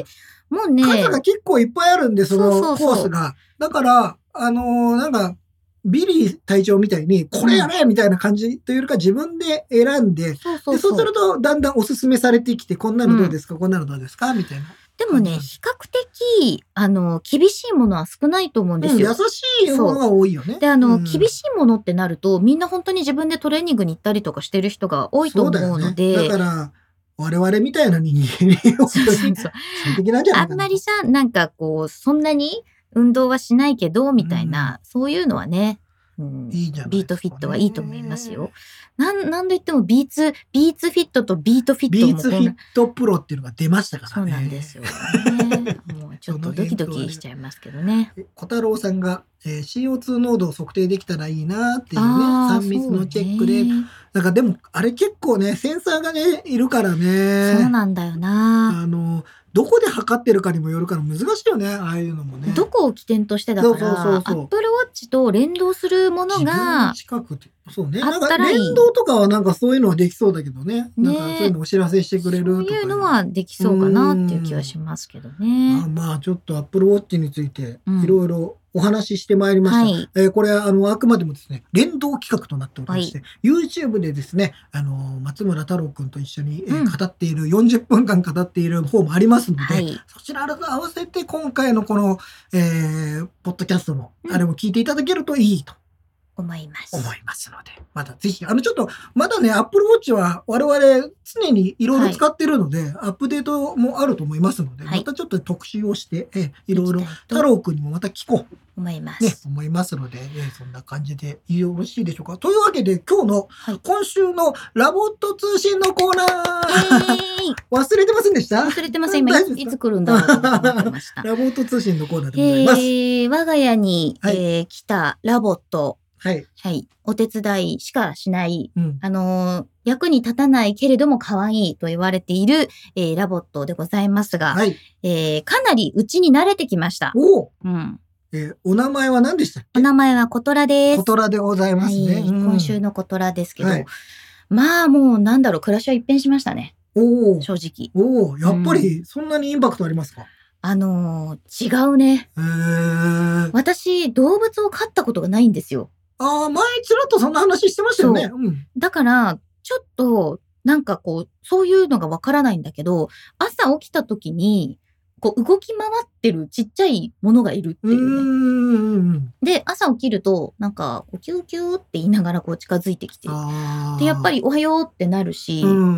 もうね。 数が結構いっぱいあるんで、そのコースが。だから、なんか、ビリー隊長みたいに、これやれみたいな感じというか、自分で選んで、そうすると、だんだんおすすめされてきて、こんなのどうですか、こんなのどうですかみたいな。 でもね、比較的、厳しいものは少ないと思うんですよ。 優しいものが多いよね。 で、厳しいものってなると、みんな本当に自分でトレーニングに行ったりとかしてる人が多いと思うので。 だから、我々みたいな人間を最適なんじゃないかな。 あんまりさ、なんかこう、そんなに運動はしないけど、みたいな、そういうのはね、 いいじゃん。 ビートフィットはいいと思いますよ。なんで言ってもビーツフィットとビートフィットも。 ビーツフィットプロっていうのが出ましたからね。 そうなんですよね。もうちょっとドキドキしちゃいますけどね。 小太郎さんが、CO2 濃度を測定できたらいいなっていうね、3密のチェックで。なんかでも、あれ結構ね、センサーがね、いるからね。 そうなんだよな。 どこで測ってるかにもよるから難しいよね、ああいうのもね。 どこを起点としてだから、Apple Watch と連動するものが、 そうね。なんか連動とかはなんかそういうのはできそうだけどね。なんかそういうのお知らせしてくれるとか。 そういうのはできそうかなっていう気はしますけどね。 まあちょっと Apple Watch についていろいろお話ししてまいりました。これあくまでもですね、連動企画となっておりまして、YouTube でですね、松村太郎くんと一緒に語っている、40分間語っている方もありますので、そちらと合わせて今回のこの、ポッドキャストのあれも聞いていただけるといいと。 思いますので。またぜひ、ちょっと、まだね、Apple Watch は我々常にいろいろ使ってるので、アップデートもあると思いますので、またちょっと特集をして、いろいろ、太郎くんにもまた聞こう。 思います。 ね、思いますので、そんな感じでよろしいでしょうか。というわけで、今週のラボット通信のコーナー忘れてませんでした？ 忘れてません。今、いつ来るんだろうと思ってました。 ラボット通信のコーナーでございます。 我が家に、来たラボット。 はい。 お手伝いしかしない、役に立たないけれども可愛いと言われている、ラボットでございますが、かなりうちに慣れてきました。 お名前は何でしたっけ？ お名前はコトラです。 コトラでございますね。 今週のコトラですけど、まあもう暮らしは一変しましたね。正直。 やっぱりそんなにインパクトありますか？ 違うね。私、動物を飼ったことがないんですよ。 前ちらっとそんな話してましたよね。 だから、ちょっと、なんかこう、そういうのがわからないんだけど、朝起きた時に、こう、動き回ってるちっちゃいものがいるっていうね。で、朝起きると、なんか、こうキューキューって言いながらこう近づいてきて。で、やっぱりおはようってなるし、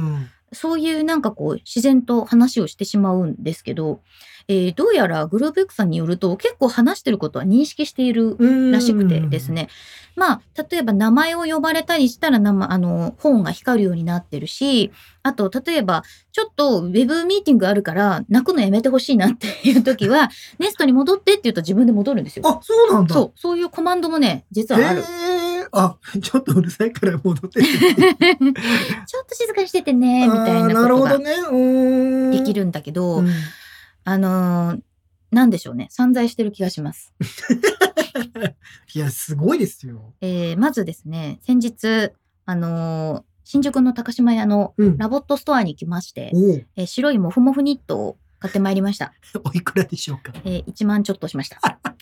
そういうなんかこう自然と話をしてしまうんですけど、どうやらグローブ X さんによると結構話してることは認識しているらしくてですね。まあ、例えば名前を呼ばれたりしたら本が光るようになってるし、あと、例えば、ちょっとウェブミーティングあるから泣くのやめてほしいなっていう時は、ネストに戻ってって言うと自分で戻るんですよ。 あ、そうなんだ。 そういうコマンドもね、実はある。 あ、ちょっとうるさいから戻ってちょっと静かにしててね、みたいなことができるんだけど、なんでしょうね。散財してる気がします。 いや、すごいですよ。 まずですね、先日、新宿の高島屋のラボットストアに行きまして、白いモフモフニットを買ってまいりました。 おいくらでしょうか ？1万ちょっとしました。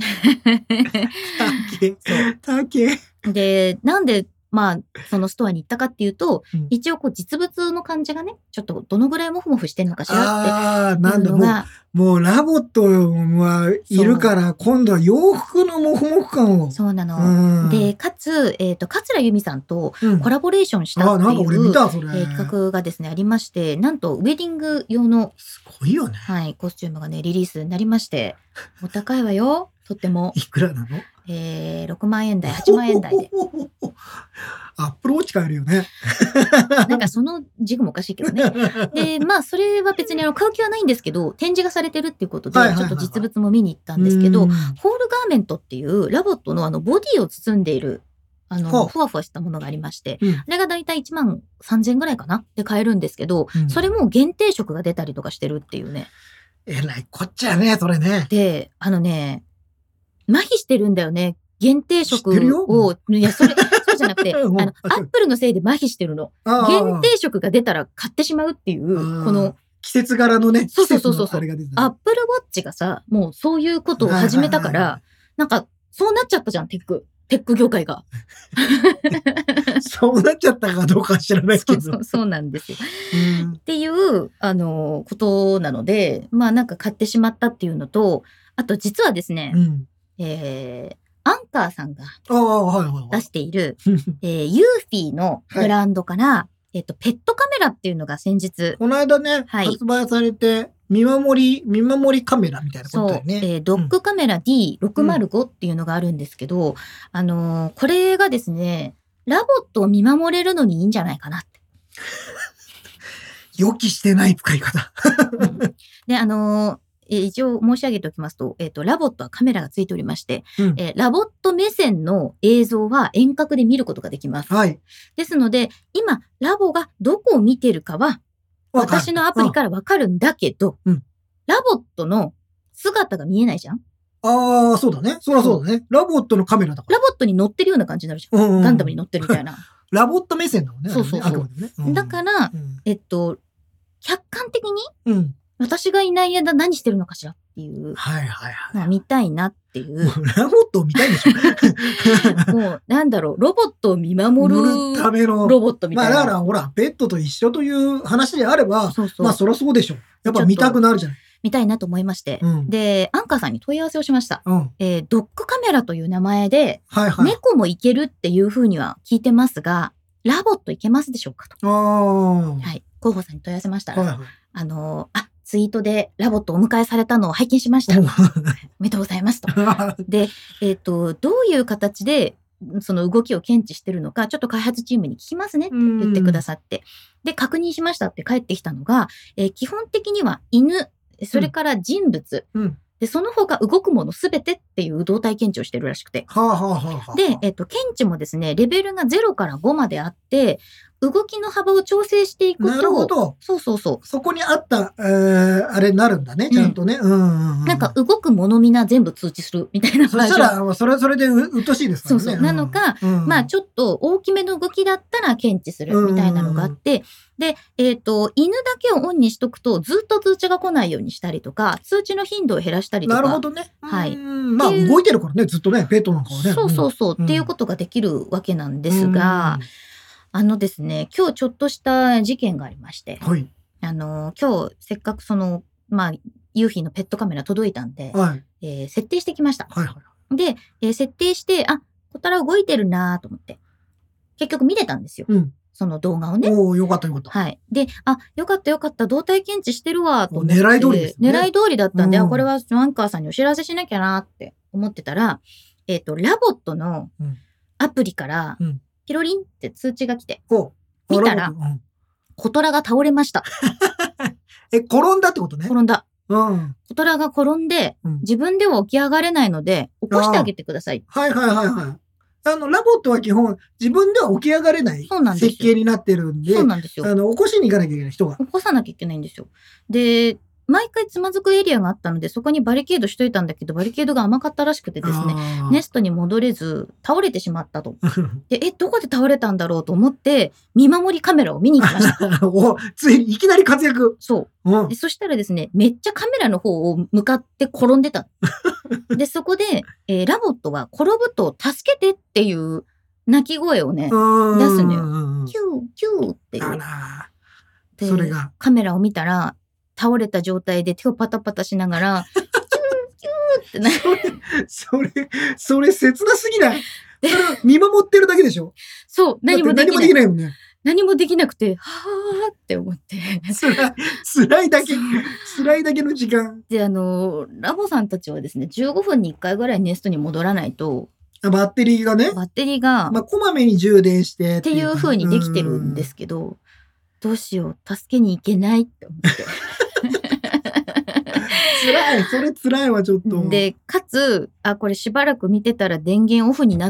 高え。 で、なんで、まあ、そのストアに行ったかっていうと、一応こう実物の感じがね、ちょっとどのぐらいモフモフしてんのかしらっていうのが。 もうラボットはいるから、今度は洋服のモフモフ感を。 そうなの。で、かつ、桂由美さんとコラボレーションしたっていう企画がですね、ありまして、なんとウェディング用の、 すごいよね。 はい、コスチュームがね、リリースになりまして、お高いわよ、とっても。 いくらなの ？6万円台、8万円台で。 アップルウォッチ買えるよね。 なんかその軸もおかしいけどね。で、まあそれは別に買う気はないんですけど、展示がされてるっていうことで、ちょっと実物も見に行ったんですけど、ホールガーメントっていうラボットのボディを包んでいる、ふわふわしたものがありまして、あれがだいたい1万3000円ぐらいかなで買えるんですけど、それも限定色が出たりとかしてるっていうね。 えらいこっちゃね、それね。 で、麻痺してるんだよね。限定色を、いや、そうじゃなくて、アップルのせいで麻痺してるの。限定色が出たら買ってしまうっていう、この、 季節柄のね、 そう。アップルウォッチがさ、もうそういうことを始めたから、なんか、そうなっちゃったじゃん、テック業界が。 そうなっちゃったかどうか知らないけど。 そうなんですよ。っていう、ことなので、まあなんか買ってしまったっていうのと、あと実はですね、アンカーさんが出している、ユーフィーのブランドから、ペットカメラっていうのが先日。 この間ね、発売されて、見守りカメラみたいなことだよね。 そう、ドッグカメラ D605 っていうのがあるんですけど、これがですね、ラボットを見守れるのにいいんじゃないかなって。 予期してない使い方。 で、一応申し上げておきますと、ラボットはカメラがついておりまして、ラボット目線の映像は遠隔で見ることができます。 はい。 ですので、今、ラボがどこを見てるかは、私のアプリからわかるんだけど、ラボットの姿が見えないじゃん？ ああ、そうだね。そりゃそうだね。ラボットのカメラだから。 ラボットに乗ってるような感じになるじゃん。ガンダムに乗ってるみたいな。 ラボット目線だもんね。 そう。だから、客観的に、私がいない間何してるのかしらっていう。見たいなっていう。 ラボットを見たいでしょ。もう、なんだろう、ロボットを見守るためのロボットみたいな。 まあだからほら、ペットと一緒という話であれば、まあそりゃそうでしょ。やっぱ見たくなるじゃない。 見たいなと思いまして。で、アンカーさんに問い合わせをしました。ドッグカメラという名前で、猫もいけるっていうふうには聞いてますが、ラボットいけますでしょうかと。はい。広報さんに問い合わせましたら、ツイートでラボットをお迎えされたのを拝見しました。おめでとうございますと。で、どういう形でその動きを検知してるのか、ちょっと開発チームに聞きますねって言ってくださって。で、確認しましたって返ってきたのが、基本的には犬、それから人物、で、その他動くものすべてっていう動体検知をしてるらしくて。で、検知もですね、レベルが0から5まであって、動きの幅を調整していくと。 なるほど。 そう。 そこにあった、あれになるんだね、ちゃんとね。 なんか動くものみな全部通知するみたいなそしたら、それでうっとしいですからね。 そう。なのか、まあちょっと大きめの動きだったら検知するみたいなのがあって、で、犬だけをオンにしとくと、ずっと通知が来ないようにしたりとか、通知の頻度を減らしたりとか。 なるほどね。 はい。 まあ動いてるからね、ずっとね、ペットなんかはね。 そう、っていうことができるわけなんですが、ですね、今日ちょっとした事件がありまして、今日せっかくまあ、ユーフィーのペットカメラ届いたんで、設定してきました。で、設定して、小太郎動いてるなと思って、結局見れたんですよ。 その動画をね。 おー、よかったよかった。 はい。で、よかったよかった、動体検知してるわ、と思って。 狙い通りですね。 狙い通りだったんで、これはアンカーさんにお知らせしなきゃなって思ってたら、ラボットのアプリから、ピロリンって通知が来て、見たら、コトラが倒れました。 転んだってことね。 転んだ。コトラが転んで、自分では起き上がれないので、起こしてあげてください。 はいはいはいはい。ラボットは基本、自分では起き上がれない設計になってるんで、 そうなんですよ。 起こしに行かなきゃいけない人が。 起こさなきゃいけないんですよ。で、毎回つまずくエリアがあったので、そこにバリケードしといたんだけど、バリケードが甘かったらしくてですね、ネストに戻れず、倒れてしまったと。で、どこで倒れたんだろうと思って、見守りカメラを見に行きました。 ついにいきなり活躍。 そう。でそしたらですね、めっちゃカメラの方を向かって転んでた。で、そこで、ラボットは転ぶと助けてっていう鳴き声をね、出すのよ。キュー、キューっていう。で、それがカメラを見たら、倒れた状態で手をパタパタしながら、キュー、キューってなそれ切なすぎない？それ見守ってるだけでしょ？ そう、何もできないもんね。 何もできなくて、はーって思って。 辛いだけの時間。 で、ラボさんたちはですね、15分に1回ぐらいネストに戻らないと、 バッテリーがね。 こまめに充電して。 っていう風にできてるんですけど、どうしよう、助けに行けないって思って。 それ辛いわ、ちょっと。 で、かつ、これしばらく見てたら電源オフになって、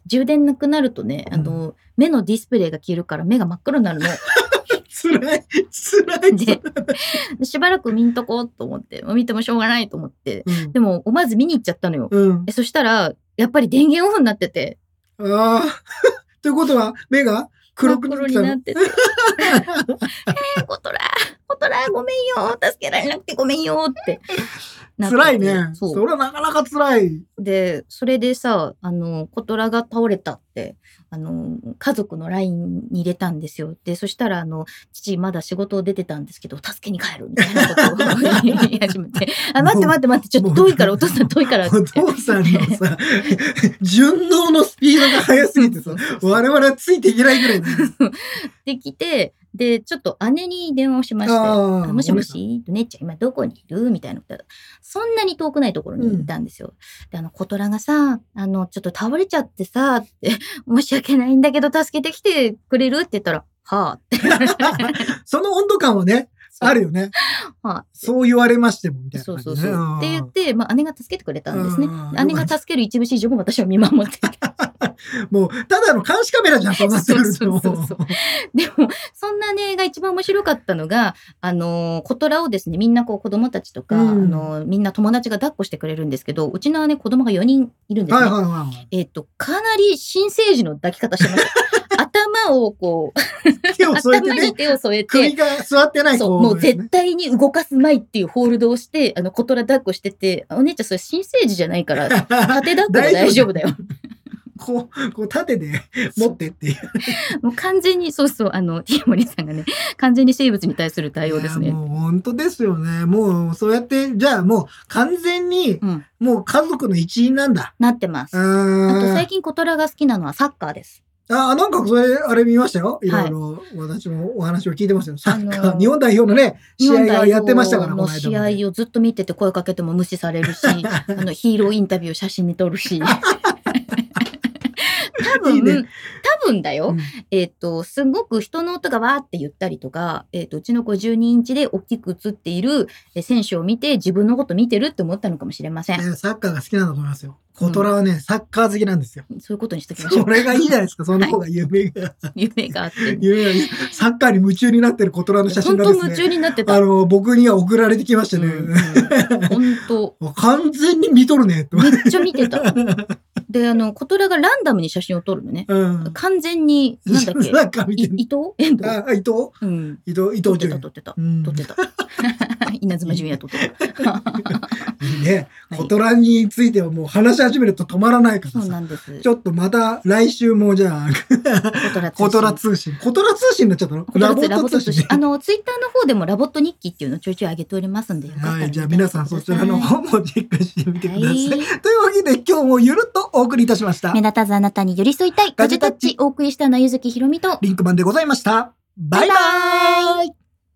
充電なくなるとね、目のディスプレイが消えるから目が真っ黒になるの。 辛い。 で、しばらく見んとこうと思って、見てもしょうがないと思って、でも思わず見に行っちゃったのよ。そしたら、やっぱり電源オフになってて。 ということは、目が黒になってて。コトラ、ごめんよ。助けられなくてごめんよ。って辛いね。それはなかなか辛い。 で、それでさ、コトラが倒れたって、家族の LINE に入れたんですよ。で、そしたら、父まだ仕事を出てたんですけど、助けに帰るみたいなことを言い始めて、待って、ちょっと遠いから、お父さん遠いからって。 お父さんのさ、順応のスピードが速すぎてさ、我々はついていけないぐらいできて、で、ちょっと姉に電話をしまして、もしもし、姉ちゃん今どこにいるみたいな。そんなに遠くないところにいたんですよ。で、コトラがさ、ちょっと倒れちゃってさ、って、申し訳ないんだけど助けてきてくれるって言ったら、はぁって。 その温度感はね、あるよね。そう言われましても、みたいな。 そう。って言って、姉が助けてくれたんですね。姉が助ける一部始終も私は見守ってた。 もう、ただの監視カメラじゃん、そうなってくると。 でも、そんなねが一番面白かったのが、コトラをですね、みんな子供たちとか、みんな友達が抱っこしてくれるんですけど、うちの姉子供が4人いるんですね。かなり新生児の抱き方してました。頭をこう、頭に手を添えて、 首が座ってない子、もう絶対に動かすまいっていうホールドをして、コトラ抱っこしてて、お姉ちゃんそれ新生児じゃないから、縦抱っこで大丈夫だよ。 こう縦で持ってっていう。 もう完全に、ティモリさんがね、完全に生物に対する対応ですね。 もう本当ですよね。もうそうやって、じゃあもう完全に、もう家族の一員なんだ。 なってます。あと最近コトラが好きなのはサッカーです。 なんかそれ、あれ見ましたよ。いろいろ、私もお話を聞いてますよ。サッカー、日本代表のね、試合がやってましたから、 この試合をずっと見てて声かけても無視されるし、ヒーローインタビュー写真に撮るし。多分だよ。すごく人の音がわーって言ったりとか、うちの52インチで大きく映っている選手を見て自分のこと見てるって思ったのかもしれません。 サッカーが好きなんだと思いますよ。コトラはね、サッカー好きなんですよ。 そういうことにしときましょう。 それがいいじゃないですか、その方が夢が。 夢があって。 サッカーに夢中になってるコトラの写真がですね。 本当夢中になってた。 僕には送られてきましたね。 本当。 完全に見とるね。 めっちゃ見てた。で、コトラがランダムに写真を撮るのね。完全に、なんだっけ。伊藤伊藤？伊藤撮ってた。 稲妻純也と。いいね。コトラについてはもう話し始めると止まらないからさ。 そうなんです。 ちょっとまた来週もじゃあ、コトラ通信。コトラ通信になっちゃったの？ラボット通信。 ツイッターの方でもラボット日記っていうのをちょいちょい上げておりますんで、よかったら。 はい、じゃあ皆さんそちらの方もチェックしてみてください。というわけで今日もゆるっとお送りいたしました。 目立たずあなたに寄り添いたいガジェタッチ、お送りしたのはゆずきひろみとリンクマンでございました。バイバーイ。